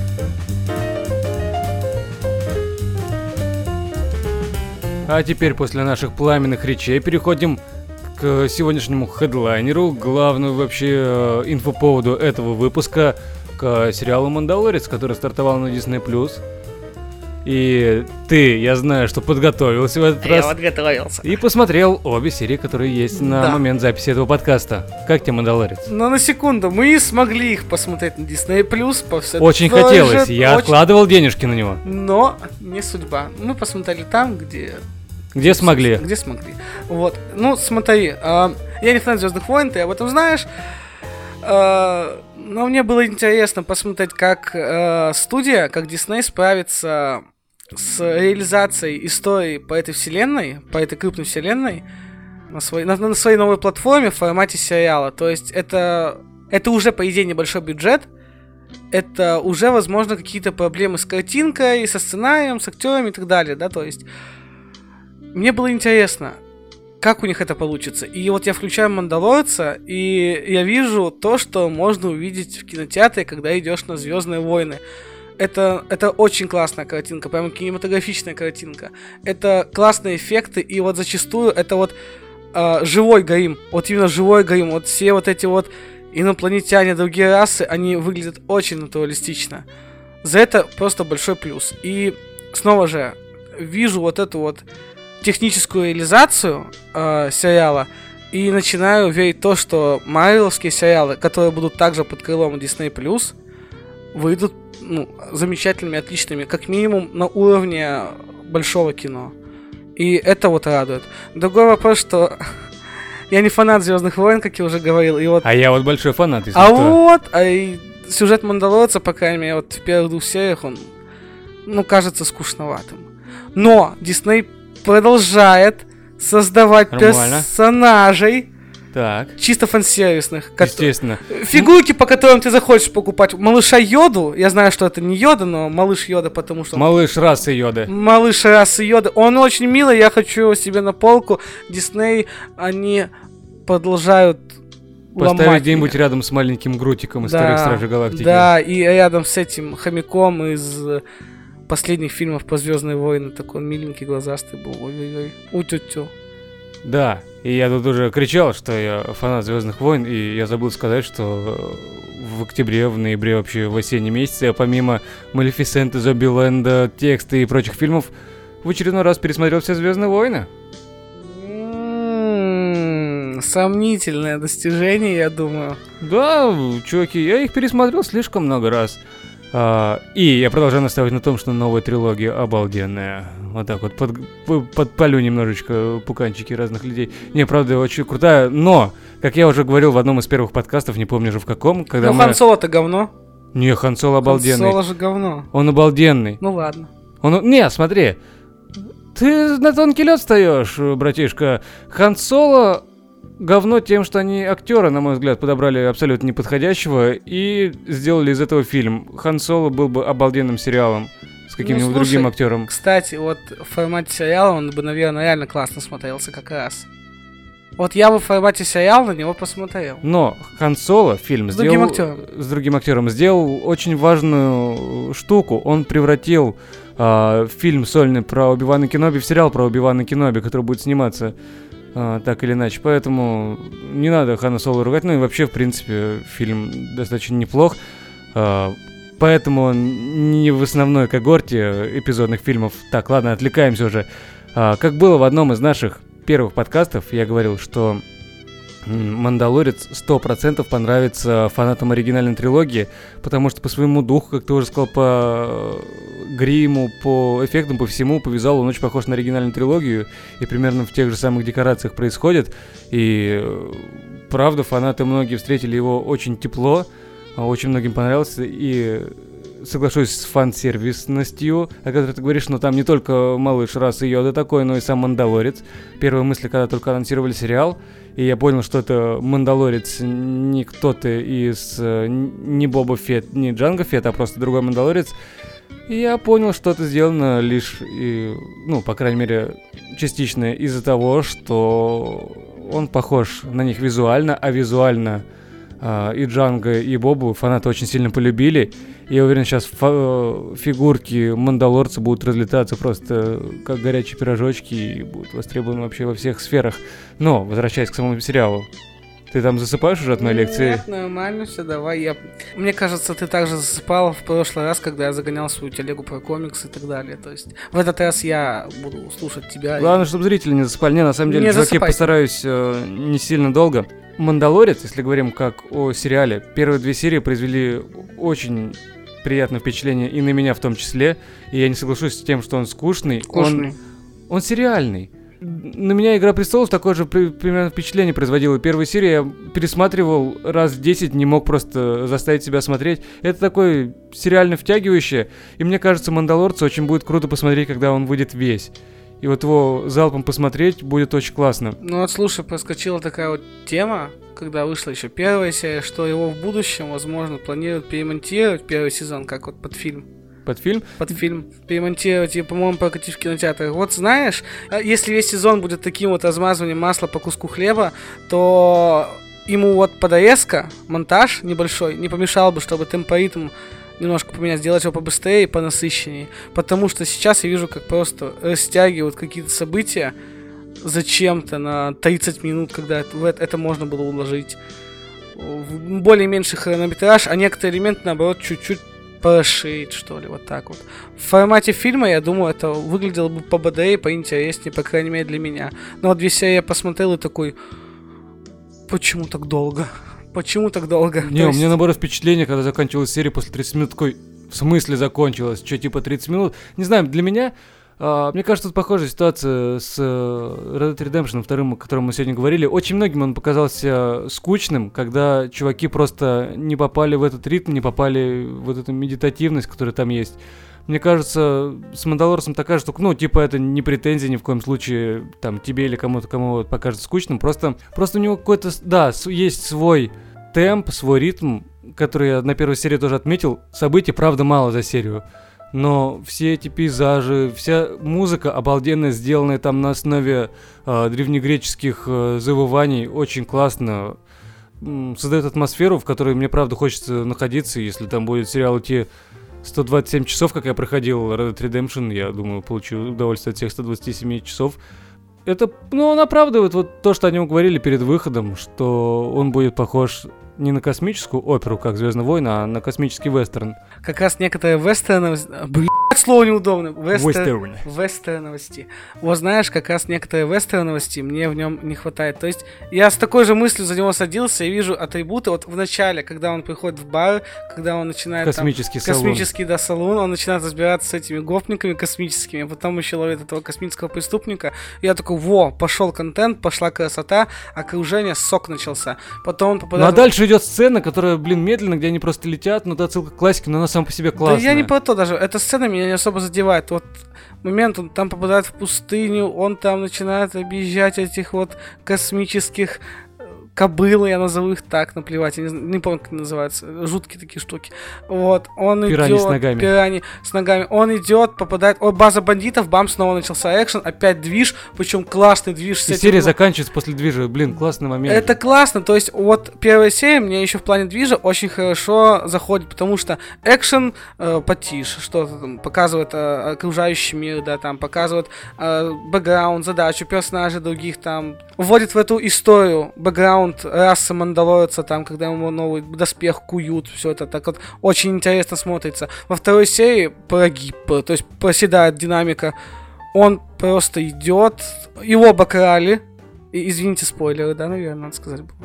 А теперь после наших пламенных речей переходим к сегодняшнему хедлайнеру, главному вообще э, инфоповоду этого выпуска, к сериалу «Мандалорец», который стартовал на Disney+. И ты, я знаю, что подготовился в этот раз. Я подготовился. И посмотрел обе серии, которые есть на Да. момент записи этого подкаста. Как тебе «Мандалорец»? Но на секунду, мы смогли их посмотреть на Disney+. По все Очень той хотелось, же я точке, откладывал денежки на него. но не судьба. Мы посмотрели там, где... Где смогли. Где смогли. Вот. Ну, смотри, э, я не фанат «Звездных войн», ты об этом знаешь. Э, но мне было интересно посмотреть, как э, студия, как Disney справится с реализацией истории по этой вселенной, по этой крупной вселенной на своей, на, на своей новой платформе в формате сериала. То есть это, это уже, по идее, небольшой бюджет. Это уже, возможно, какие-то проблемы с картинкой, со сценарием, с актерами и так далее, да, то есть мне было интересно, как у них это получится. И вот я включаю «Мандалорца», и я вижу то, что можно увидеть в кинотеатре, когда идешь на «Звездные войны». Это, это очень классная картинка, прям кинематографичная картинка. Это классные эффекты, и вот зачастую это вот э, живой Грим, вот именно живой Грим. Вот все вот эти вот инопланетяне, другие расы, они выглядят очень натуралистично. За это просто большой плюс. И снова же вижу вот эту вот техническую реализацию э, сериала и начинаю верить в то, что марвеловские сериалы, которые будут также под крылом Disney+, выйдут ну, замечательными, отличными, как минимум на уровне большого кино. И это вот радует. Другой вопрос, что я не фанат «Звездных войн», как я уже говорил, и вот... А я вот большой фанат, если А что. вот, а и сюжет «Мандалорца», по крайней мере, вот в первых двух сериях он, ну, кажется скучноватым. Но Disney продолжает создавать Нормально. персонажей, Так, чисто фан-сервисных. ко- естественно. Фигурки, по которым ты захочешь покупать. Малыша Йоду, я знаю, что это не Йода, но малыш Йода, потому что... он- Малыш расы Йоды. Малыш расы Йода. Он очень милый, я хочу его себе на полку. Дисней, они продолжают Поставить ломать где-нибудь меня. рядом с маленьким Грутиком из Старых Стражей Галактики. Да, и рядом с этим хомяком из э, последних фильмов про Звездные войны. Такой он миленький, глазастый был. Ой-ой-ой. У-тю-тю. Да, и я тут уже кричал, что я фанат «Звездных войн», и я забыл сказать, что в октябре, в ноябре, вообще в осеннем месяце, я помимо «Малефисенты», «Зомбиленда», «Текста» и прочих фильмов, в очередной раз пересмотрел все «Звездные войны». М-м, Сомнительное достижение, я думаю. Да, чуваки, я их пересмотрел слишком много раз. А, и я продолжаю настаивать на том, что новая трилогия обалденная. Вот так вот, под, п- подпалю немножечко пуканчики разных людей. Не, правда, очень крутая, но, как я уже говорил в одном из первых подкастов, не помню же в каком, когда Ну, мы... Хан Соло-то говно. Не, Хан Соло обалденный. Хан Соло же говно. Он обалденный. Ну ладно. Он... Не, смотри. Ты на тонкий лед встаешь, братишка. Хан Соло говно тем, что они актера, на мой взгляд, подобрали абсолютно неподходящего и сделали из этого фильм. Хан Соло был бы обалденным сериалом с с каким-нибудь Ну, слушай, другим актером. Кстати, вот в формате сериала он бы, наверное, реально классно смотрелся как раз. Вот я бы в формате сериала на него посмотрел. Но Хан Соло фильм С другим сделал, актером. с другим актером сделал очень важную штуку. Он превратил э, фильм сольный про Оби-Вана Кеноби в сериал про Оби-Вана Кеноби, который будет сниматься э, так или иначе. Поэтому не надо Хана Соло ругать. Ну и вообще, в принципе, фильм достаточно неплох. Э, поэтому он не в основной когорте эпизодных фильмов. Так, ладно, отвлекаемся уже. Э, как было в одном из наших первых подкастов, я говорил, что «Мандалорец» сто процентов понравится фанатам оригинальной трилогии, потому что по своему духу, как ты уже сказал, по гриму, по эффектам, по всему, по визуалу он очень похож на оригинальную трилогию, и примерно в тех же самых декорациях происходит, и правда, фанаты многие встретили его очень тепло, очень многим понравился, и соглашусь с фан-сервисностью, о которой ты говоришь, но там не только малыш расы Йода такой, но и сам Мандалорец. Первые мысли, когда только анонсировали сериал, и я понял, что это Мандалорец не кто-то из... не Боба Фетт, не Джанго Фетт, а просто другой Мандалорец. И я понял, что это сделано лишь, и, ну, по крайней мере, частично из-за того, что он похож на них визуально, а визуально Uh, и Джанго, и Бобу фанаты очень сильно полюбили. И я уверен, сейчас фа- фигурки Мандалорца будут разлетаться просто как горячие пирожочки и будут востребованы вообще во всех сферах. Но, возвращаясь к самому сериалу, ты там засыпаешь уже от моей лекции? Нет, нормально все, давай. Я... Мне кажется, ты также засыпал в прошлый раз, когда я загонял свою телегу про комиксы и так далее. То есть в этот раз я буду слушать тебя. Главное, и... чтобы зрители не засыпали. Не, на самом деле, Не чуваки, засыпайте. постараюсь э, не сильно долго. «Мандалорец», если говорим как о сериале, первые две серии произвели очень приятное впечатление и на меня в том числе. И я не соглашусь с тем, что он скучный. Скучный. Он, он сериальный. На меня «Игра престолов» такое же при, примерно впечатление производила. Первую серию я пересматривал раз в десять, не мог просто заставить себя смотреть. Это такое сериально втягивающее. И мне кажется, «Мандалорца» очень будет круто посмотреть, когда он выйдет весь. И вот его залпом посмотреть будет очень классно. Ну вот, слушай, проскочила такая вот тема, когда вышла еще первая серия, что его в будущем, возможно, планируют перемонтировать первый сезон, как вот под фильм. Под фильм? Под фильм. Перемонтировать и, по-моему, прокатить в кинотеатрах. Вот знаешь, если весь сезон будет таким вот размазыванием масла по куску хлеба, то ему вот подорезка, монтаж небольшой не помешал бы, чтобы темпоритм немножко поменять, сделать его побыстрее и понасыщеннее. Потому что сейчас я вижу, как просто растягивают какие-то события зачем-то на тридцать минут, когда это, это можно было уложить в более меньший хронометраж, а некоторые элементы, наоборот, чуть-чуть пошить, что ли, вот так вот. В формате фильма, я думаю, это выглядело бы пободрее, поинтереснее, по крайней мере, для меня. Но вот две серии я посмотрел и такой... Почему так долго? Почему так долго? Не, То у есть... меня наоборот впечатление, когда закончилась серия после тридцати минут, такой, в смысле закончилась? Что, типа тридцать минут? Не знаю, для меня, а, мне кажется, тут похожая ситуация с Red Dead Redemption вторым, о котором мы сегодня говорили. Очень многим он показался скучным, когда чуваки просто не попали в этот ритм, не попали в вот эту медитативность, которая там есть. Мне кажется, с «Мандалорцем» такая штука, ну, типа, это не претензия ни в коем случае, там, тебе или кому-то, кому покажется скучным, просто, просто у него какой-то, да, есть свой темп, свой ритм, который я на первой серии тоже отметил. Событий, правда, мало за серию, но все эти пейзажи, вся музыка обалденно сделанная там на основе э, древнегреческих э, завываний, очень классно м- создает атмосферу, в которой мне, правда, хочется находиться, если там будет сериал идти сто двадцать семь часов, как я проходил Red Dead Redemption, я думаю, получу удовольствие от всех ста двадцати семи часов. Это, ну, он оправдывает вот то, что о нем говорили перед выходом, что он будет похож не на космическую оперу, как «Звездные войны», а на космический вестерн. Как раз некоторые вестерновости... Блядь, слово неудобное. Вестер... Вестерн. Вестерновости. Вот знаешь, как раз некоторые вестерновости мне в нем не хватает. То есть я с такой же мыслью за него садился и вижу атрибуты. Вот в начале, когда он приходит в бар, когда он начинает Космический там... салон. Космический, да, салон. Он начинает разбираться с этими гопниками космическими, а потом еще ловит этого космического преступника. И я такой, во, пошел контент, пошла красота, окружение, сок начался. Потом он попадает... Ну а дальше идет сцена, которая, блин, медленно, где они просто летят, ну это отсылка к классике, но она сама по себе классная. Да я не про то даже, эта сцена меня не особо задевает. Вот момент, он там попадает в пустыню, он там начинает объезжать этих вот космических кобылы, я назову их так, наплевать, я не, не помню, как они называются, жуткие такие штуки. Вот, он Пираньи идет, с ногами. пираньи с ногами, он идет, попадает, о, база бандитов, бам, снова начался экшен, опять движ, причем классный движ. И серия заканчивается после движа, блин, классный момент. Это классно, то есть вот первая серия мне еще в плане движа очень хорошо заходит, потому что экшен э, потише, что-то там показывает э, окружающий мир, да, там показывает э, бэкграунд, задачу персонажей других, там вводит в эту историю бэкграунд расы Мандалорца, там, когда ему новый доспех куют, все это так вот очень интересно смотрится. Во второй серии прогиб, то есть проседает динамика, он просто идет, его обокрали, и, извините, спойлеры, да, наверное, надо сказать было.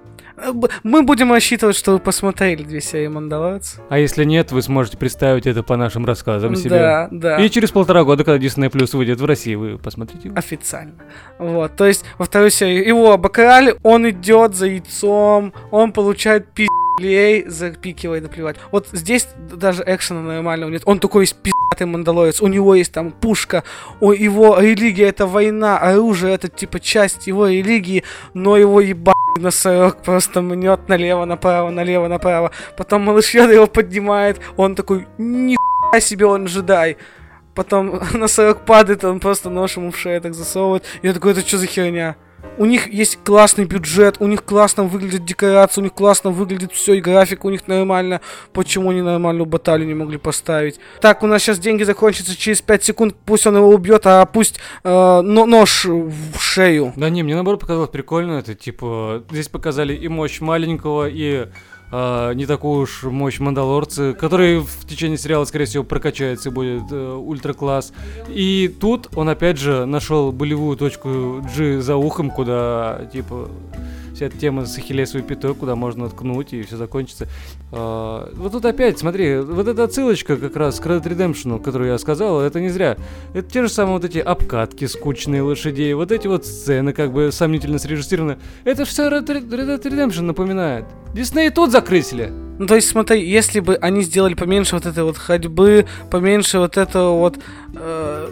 Мы будем рассчитывать, что вы посмотрели две серии Мандалорца. А если нет, вы сможете представить это по нашим рассказам себе. Да, да. И через полтора года, когда Disney Plus выйдет в России, вы посмотрите его. Официально. Вот, то есть во второй серии его обокрали, он идет за яйцом, он получает пи***лей, запикивает, наплевать. Вот здесь даже экшена нормального нет. Он такой есть пиздатый мандалорец, у него есть там пушка, у его религия это война, оружие это типа часть его религии, но его ебать носорог просто мнет налево-направо, налево-направо. Потом малыш Йода его поднимает, он такой, нихуя себе, он джедай. Потом носорог падает, он просто нож ему в шею так засовывает. И я такой, это что за херня? У них есть классный бюджет, у них классно выглядит декорация, у них классно выглядит все, и графика у них нормально. Почему они нормальную баталию не могли поставить? Так, у нас сейчас деньги закончатся через пять секунд, пусть он его убьет, а пусть э, но, нож в шею. Да не, мне наоборот показалось прикольно, это типа, здесь показали и мощь маленького, и Uh, не такую уж мощь Мандалорца, который в течение сериала, скорее всего, прокачается и будет uh, ультра-класс. И тут он, опять же, нашел болевую точку G за ухом, куда, типа, вся эта тема с ахиллесовой пятой, куда можно ткнуть, и все закончится. Uh, вот тут опять, смотри, вот эта отсылочка как раз к Red Dead Redemption, которую я сказал, это не зря. Это те же самые вот эти обкатки скучные лошадей, вот эти вот сцены, как бы сомнительно срежиссированы. Это все Red Dead Redemption напоминает. Дисней тут закрысили. Ну, то есть, смотри, если бы они сделали поменьше вот этой вот ходьбы, поменьше вот этого вот... Э,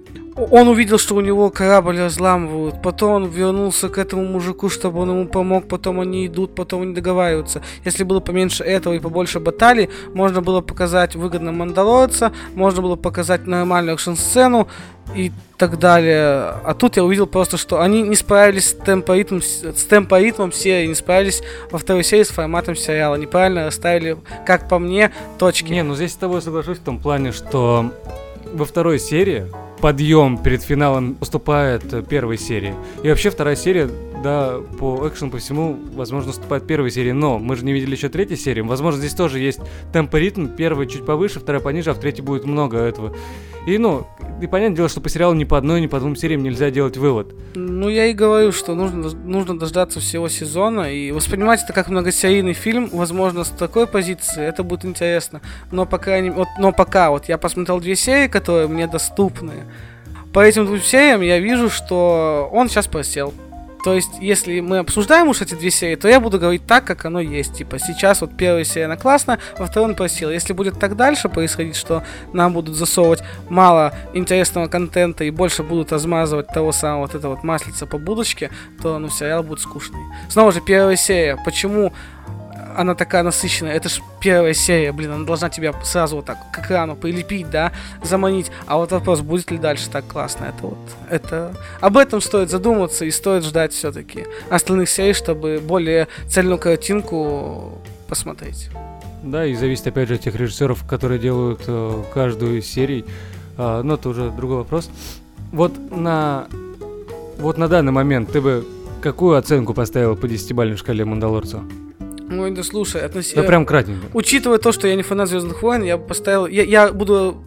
он увидел, что у него корабль разламывают, потом он вернулся к этому мужику, чтобы он ему помог, потом они идут, потом они договариваются. Если было поменьше этого и побольше баталий, можно было показать выгодно Мандалорца, можно было показать нормальную экшн-сцену и так далее. А тут я увидел просто, что они не справились с темпоритмом, с темпоритмом серии, не справились во второй серии с форматом сериала, неправильно расставили, как по мне, точки. Не, ну здесь с тобой соглашусь в том плане, что во второй серии подъем перед финалом уступает первой серии. И вообще вторая серия, да, по экшену, по всему, возможно, уступает первой серии. Но мы же не видели еще третьей серии. Возможно, здесь тоже есть темпоритм. Первая чуть повыше, вторая пониже, а в третьей будет много этого. И, ну, и понятное дело, что по сериалу ни по одной, ни по двум сериям нельзя делать вывод. Ну, я и говорю, что нужно, нужно дождаться всего сезона и воспринимать это как многосерийный фильм. Возможно, с такой позиции это будет интересно. Но, по крайней мере, вот, но пока вот я посмотрел две серии, которые мне доступны. По этим двум сериям я вижу, что он сейчас просел. То есть, если мы обсуждаем уж эти две серии, то я буду говорить так, как оно есть. Типа, сейчас вот первая серия, она классная, во второй он просел. Если будет так дальше происходить, что нам будут засовывать мало интересного контента и больше будут размазывать того самого вот это вот маслица по будочке, то, ну, сериал будет скучный. Снова же, первая серия. Почему она такая насыщенная? Это ж первая серия, блин, она должна тебя сразу вот так к экрану прилепить, да, заманить. А вот вопрос, будет ли дальше так классно? Это вот, это... Об этом стоит задуматься и стоит ждать все-таки остальных серий, чтобы более цельную картинку посмотреть. Да, и зависит опять же от тех режиссеров, которые делают э, каждую из серий. А, но это уже другой вопрос. Вот на, вот на данный момент ты бы какую оценку поставил по десятибалльной шкале Мандалорцу? Ой, да слушай, относительно... Да прям кратенько. Учитывая то, что я не фанат Звездных войн, я бы поставил... Я, я буду...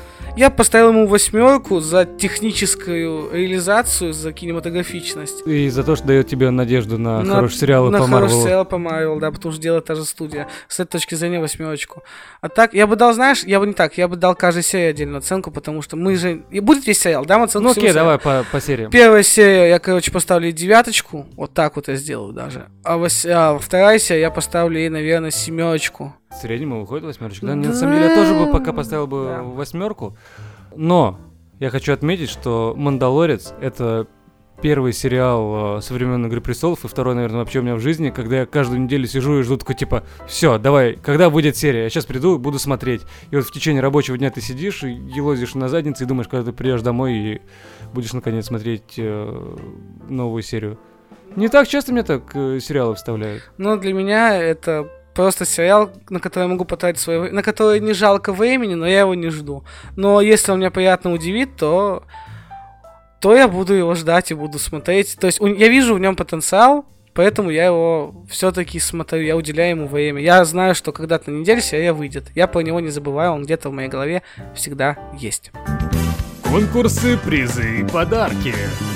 Я поставил ему восьмерку за техническую реализацию, за кинематографичность. И за то, что дает тебе надежду на, на хороший сериал на по Марвелу. На хороший сериал по Марвелу, да, потому что делает та же студия. С этой точки зрения восьмерочку. А так, я бы дал, знаешь, я бы не так, я бы дал каждой серии отдельную оценку, потому что мы же... И будет весь сериал, да, оценку? Ну окей, давай по, по сериям. Первая серия, я, короче, поставлю ей девяточку, вот так вот я сделаю даже. А, вось... а вторая серия, я поставлю ей, наверное, семерочку. В среднем выходит восьмерочка. Да, да. Мне, на самом деле, я тоже бы пока поставил бы да. восьмерку. Но я хочу отметить, что «Мандалорец» — это первый сериал э, со времен «Игры престолов», и второй, наверное, вообще у меня в жизни, когда я каждую неделю сижу и жду такой, типа, все, давай, когда будет серия? Я сейчас приду и буду смотреть. И вот в течение рабочего дня ты сидишь и елозишь на заднице и думаешь, когда ты придешь домой и будешь, наконец, смотреть э, новую серию. Не так часто мне так э, сериалы вставляют. Ну, для меня это просто сериал, на который я могу потратить свое время, на который не жалко времени, но я его не жду. Но если он меня приятно удивит, то... то я буду его ждать и буду смотреть. То есть я вижу в нем потенциал, поэтому я его все-таки смотрю, я уделяю ему время. Я знаю, что когда-то на неделе серия выйдет. Я про него не забываю, он где-то в моей голове всегда есть. Конкурсы, призы и подарки.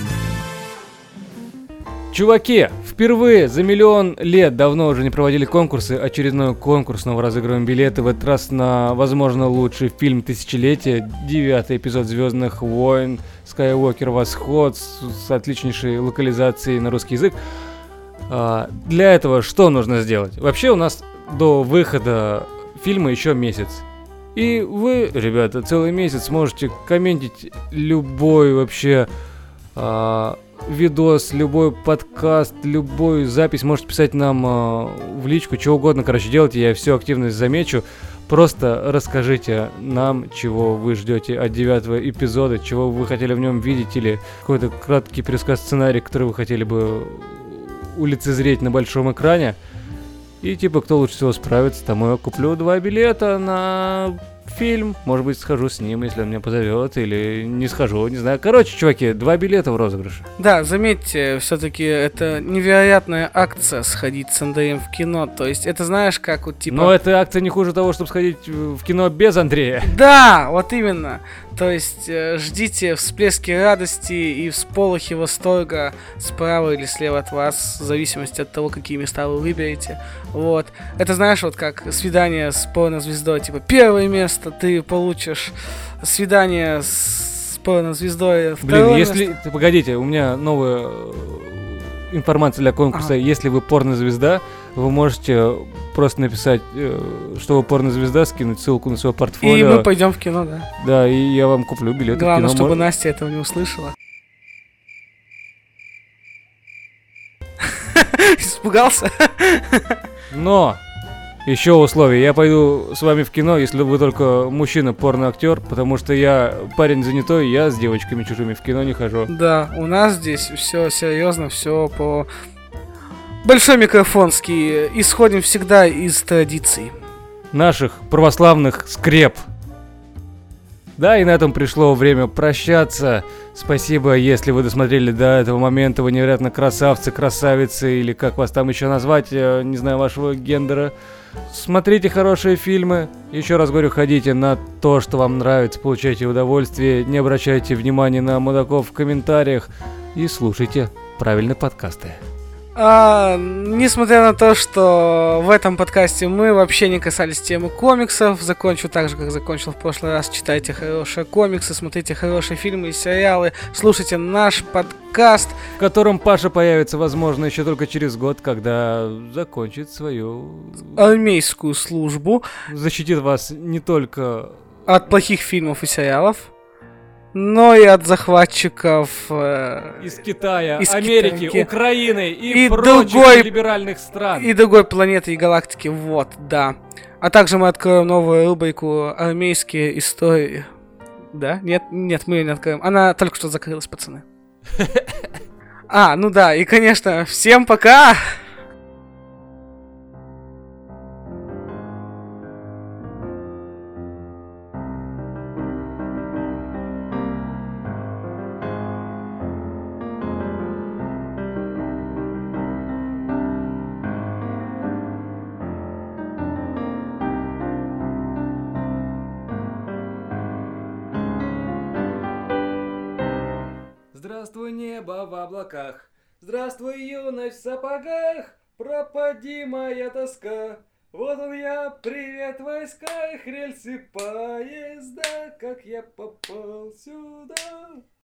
Чуваки, впервые за миллион лет давно уже не проводили конкурсы. Очередной конкурс, снова разыгрываем билеты. В этот раз на, возможно, лучший фильм тысячелетия. Девятый эпизод «Звездных войн». Скайуокер Восход с, с отличнейшей локализацией на русский язык. А, для этого что нужно сделать? Вообще у нас до выхода фильма еще месяц. И вы, ребята, целый месяц можете комментить любой вообще... А, видос, любой подкаст, любую запись можете писать нам э, в личку, что угодно, короче, делайте, я всю активность замечу. Просто расскажите нам, чего вы ждете от девятого эпизода, чего вы хотели в нем видеть, или какой-то краткий пересказ сценария, который вы хотели бы улицезреть на большом экране. И типа, кто лучше всего справится, тому я куплю два билета на... фильм, может быть, схожу с ним, если он меня позовет, или не схожу, не знаю. Короче, чуваки, два билета в розыгрыше. Да, заметьте, все-таки это невероятная акция сходить с Андреем в кино. То есть, это знаешь, как вот типа... Но эта акция не хуже того, чтобы сходить в кино без Андрея. Да, вот именно. То есть, э, ждите всплески радости и всполохи восторга справа или слева от вас, в зависимости от того, какие места вы выберете. Вот. Это знаешь, вот как свидание с порнозвездой, типа, первое место ты получишь, свидание с порнозвездой, второе Блин, место... если... Погодите, у меня новая э, информация для конкурса. Ага. Если вы порнозвезда, вы можете просто написать, э, что вы порнозвезда, скинуть ссылку на свое портфолио. И мы пойдем в кино, да. Да, и я вам куплю билеты Главное, в кино. чтобы Мож- Настя этого не услышала. Испугался? Но еще условие. Я пойду с вами в кино, если вы только мужчина порноактер, потому что я парень занятой, я с девочками чужими в кино не хожу. Да, у нас здесь все серьезно, все по большой микрофонский. Исходим всегда из традиций. Наших православных скреп. Да, и на этом пришло время прощаться. Спасибо, если вы досмотрели до этого момента. Вы невероятно красавцы, красавицы, или как вас там еще назвать, не знаю вашего гендера. Смотрите хорошие фильмы. Еще раз говорю, ходите на то, что вам нравится, получайте удовольствие. Не обращайте внимания на мудаков в комментариях. И слушайте правильные подкасты. А, несмотря на то, что в этом подкасте мы вообще не касались темы комиксов, закончу так же, как закончил в прошлый раз. Читайте хорошие комиксы, смотрите хорошие фильмы и сериалы, слушайте наш подкаст, в котором Паша появится, возможно, еще только через год, когда закончит свою армейскую службу. Защитит вас не только от плохих фильмов и сериалов, но и от захватчиков э, из Китая, из Америки, Китайки, Украины и, и прочих другой, либеральных стран. И другой планеты и галактики, вот, да. А также мы откроем новую рубрику «Армейские истории». Да? Нет, нет, мы ее не откроем. Она только что закрылась, пацаны. А, ну да, и, конечно, всем пока! Здравствуй, небо в облаках, здравствуй, юность в сапогах, пропади моя тоска. Вот он я, привет в войсках, рельсы поезда, как я попал сюда.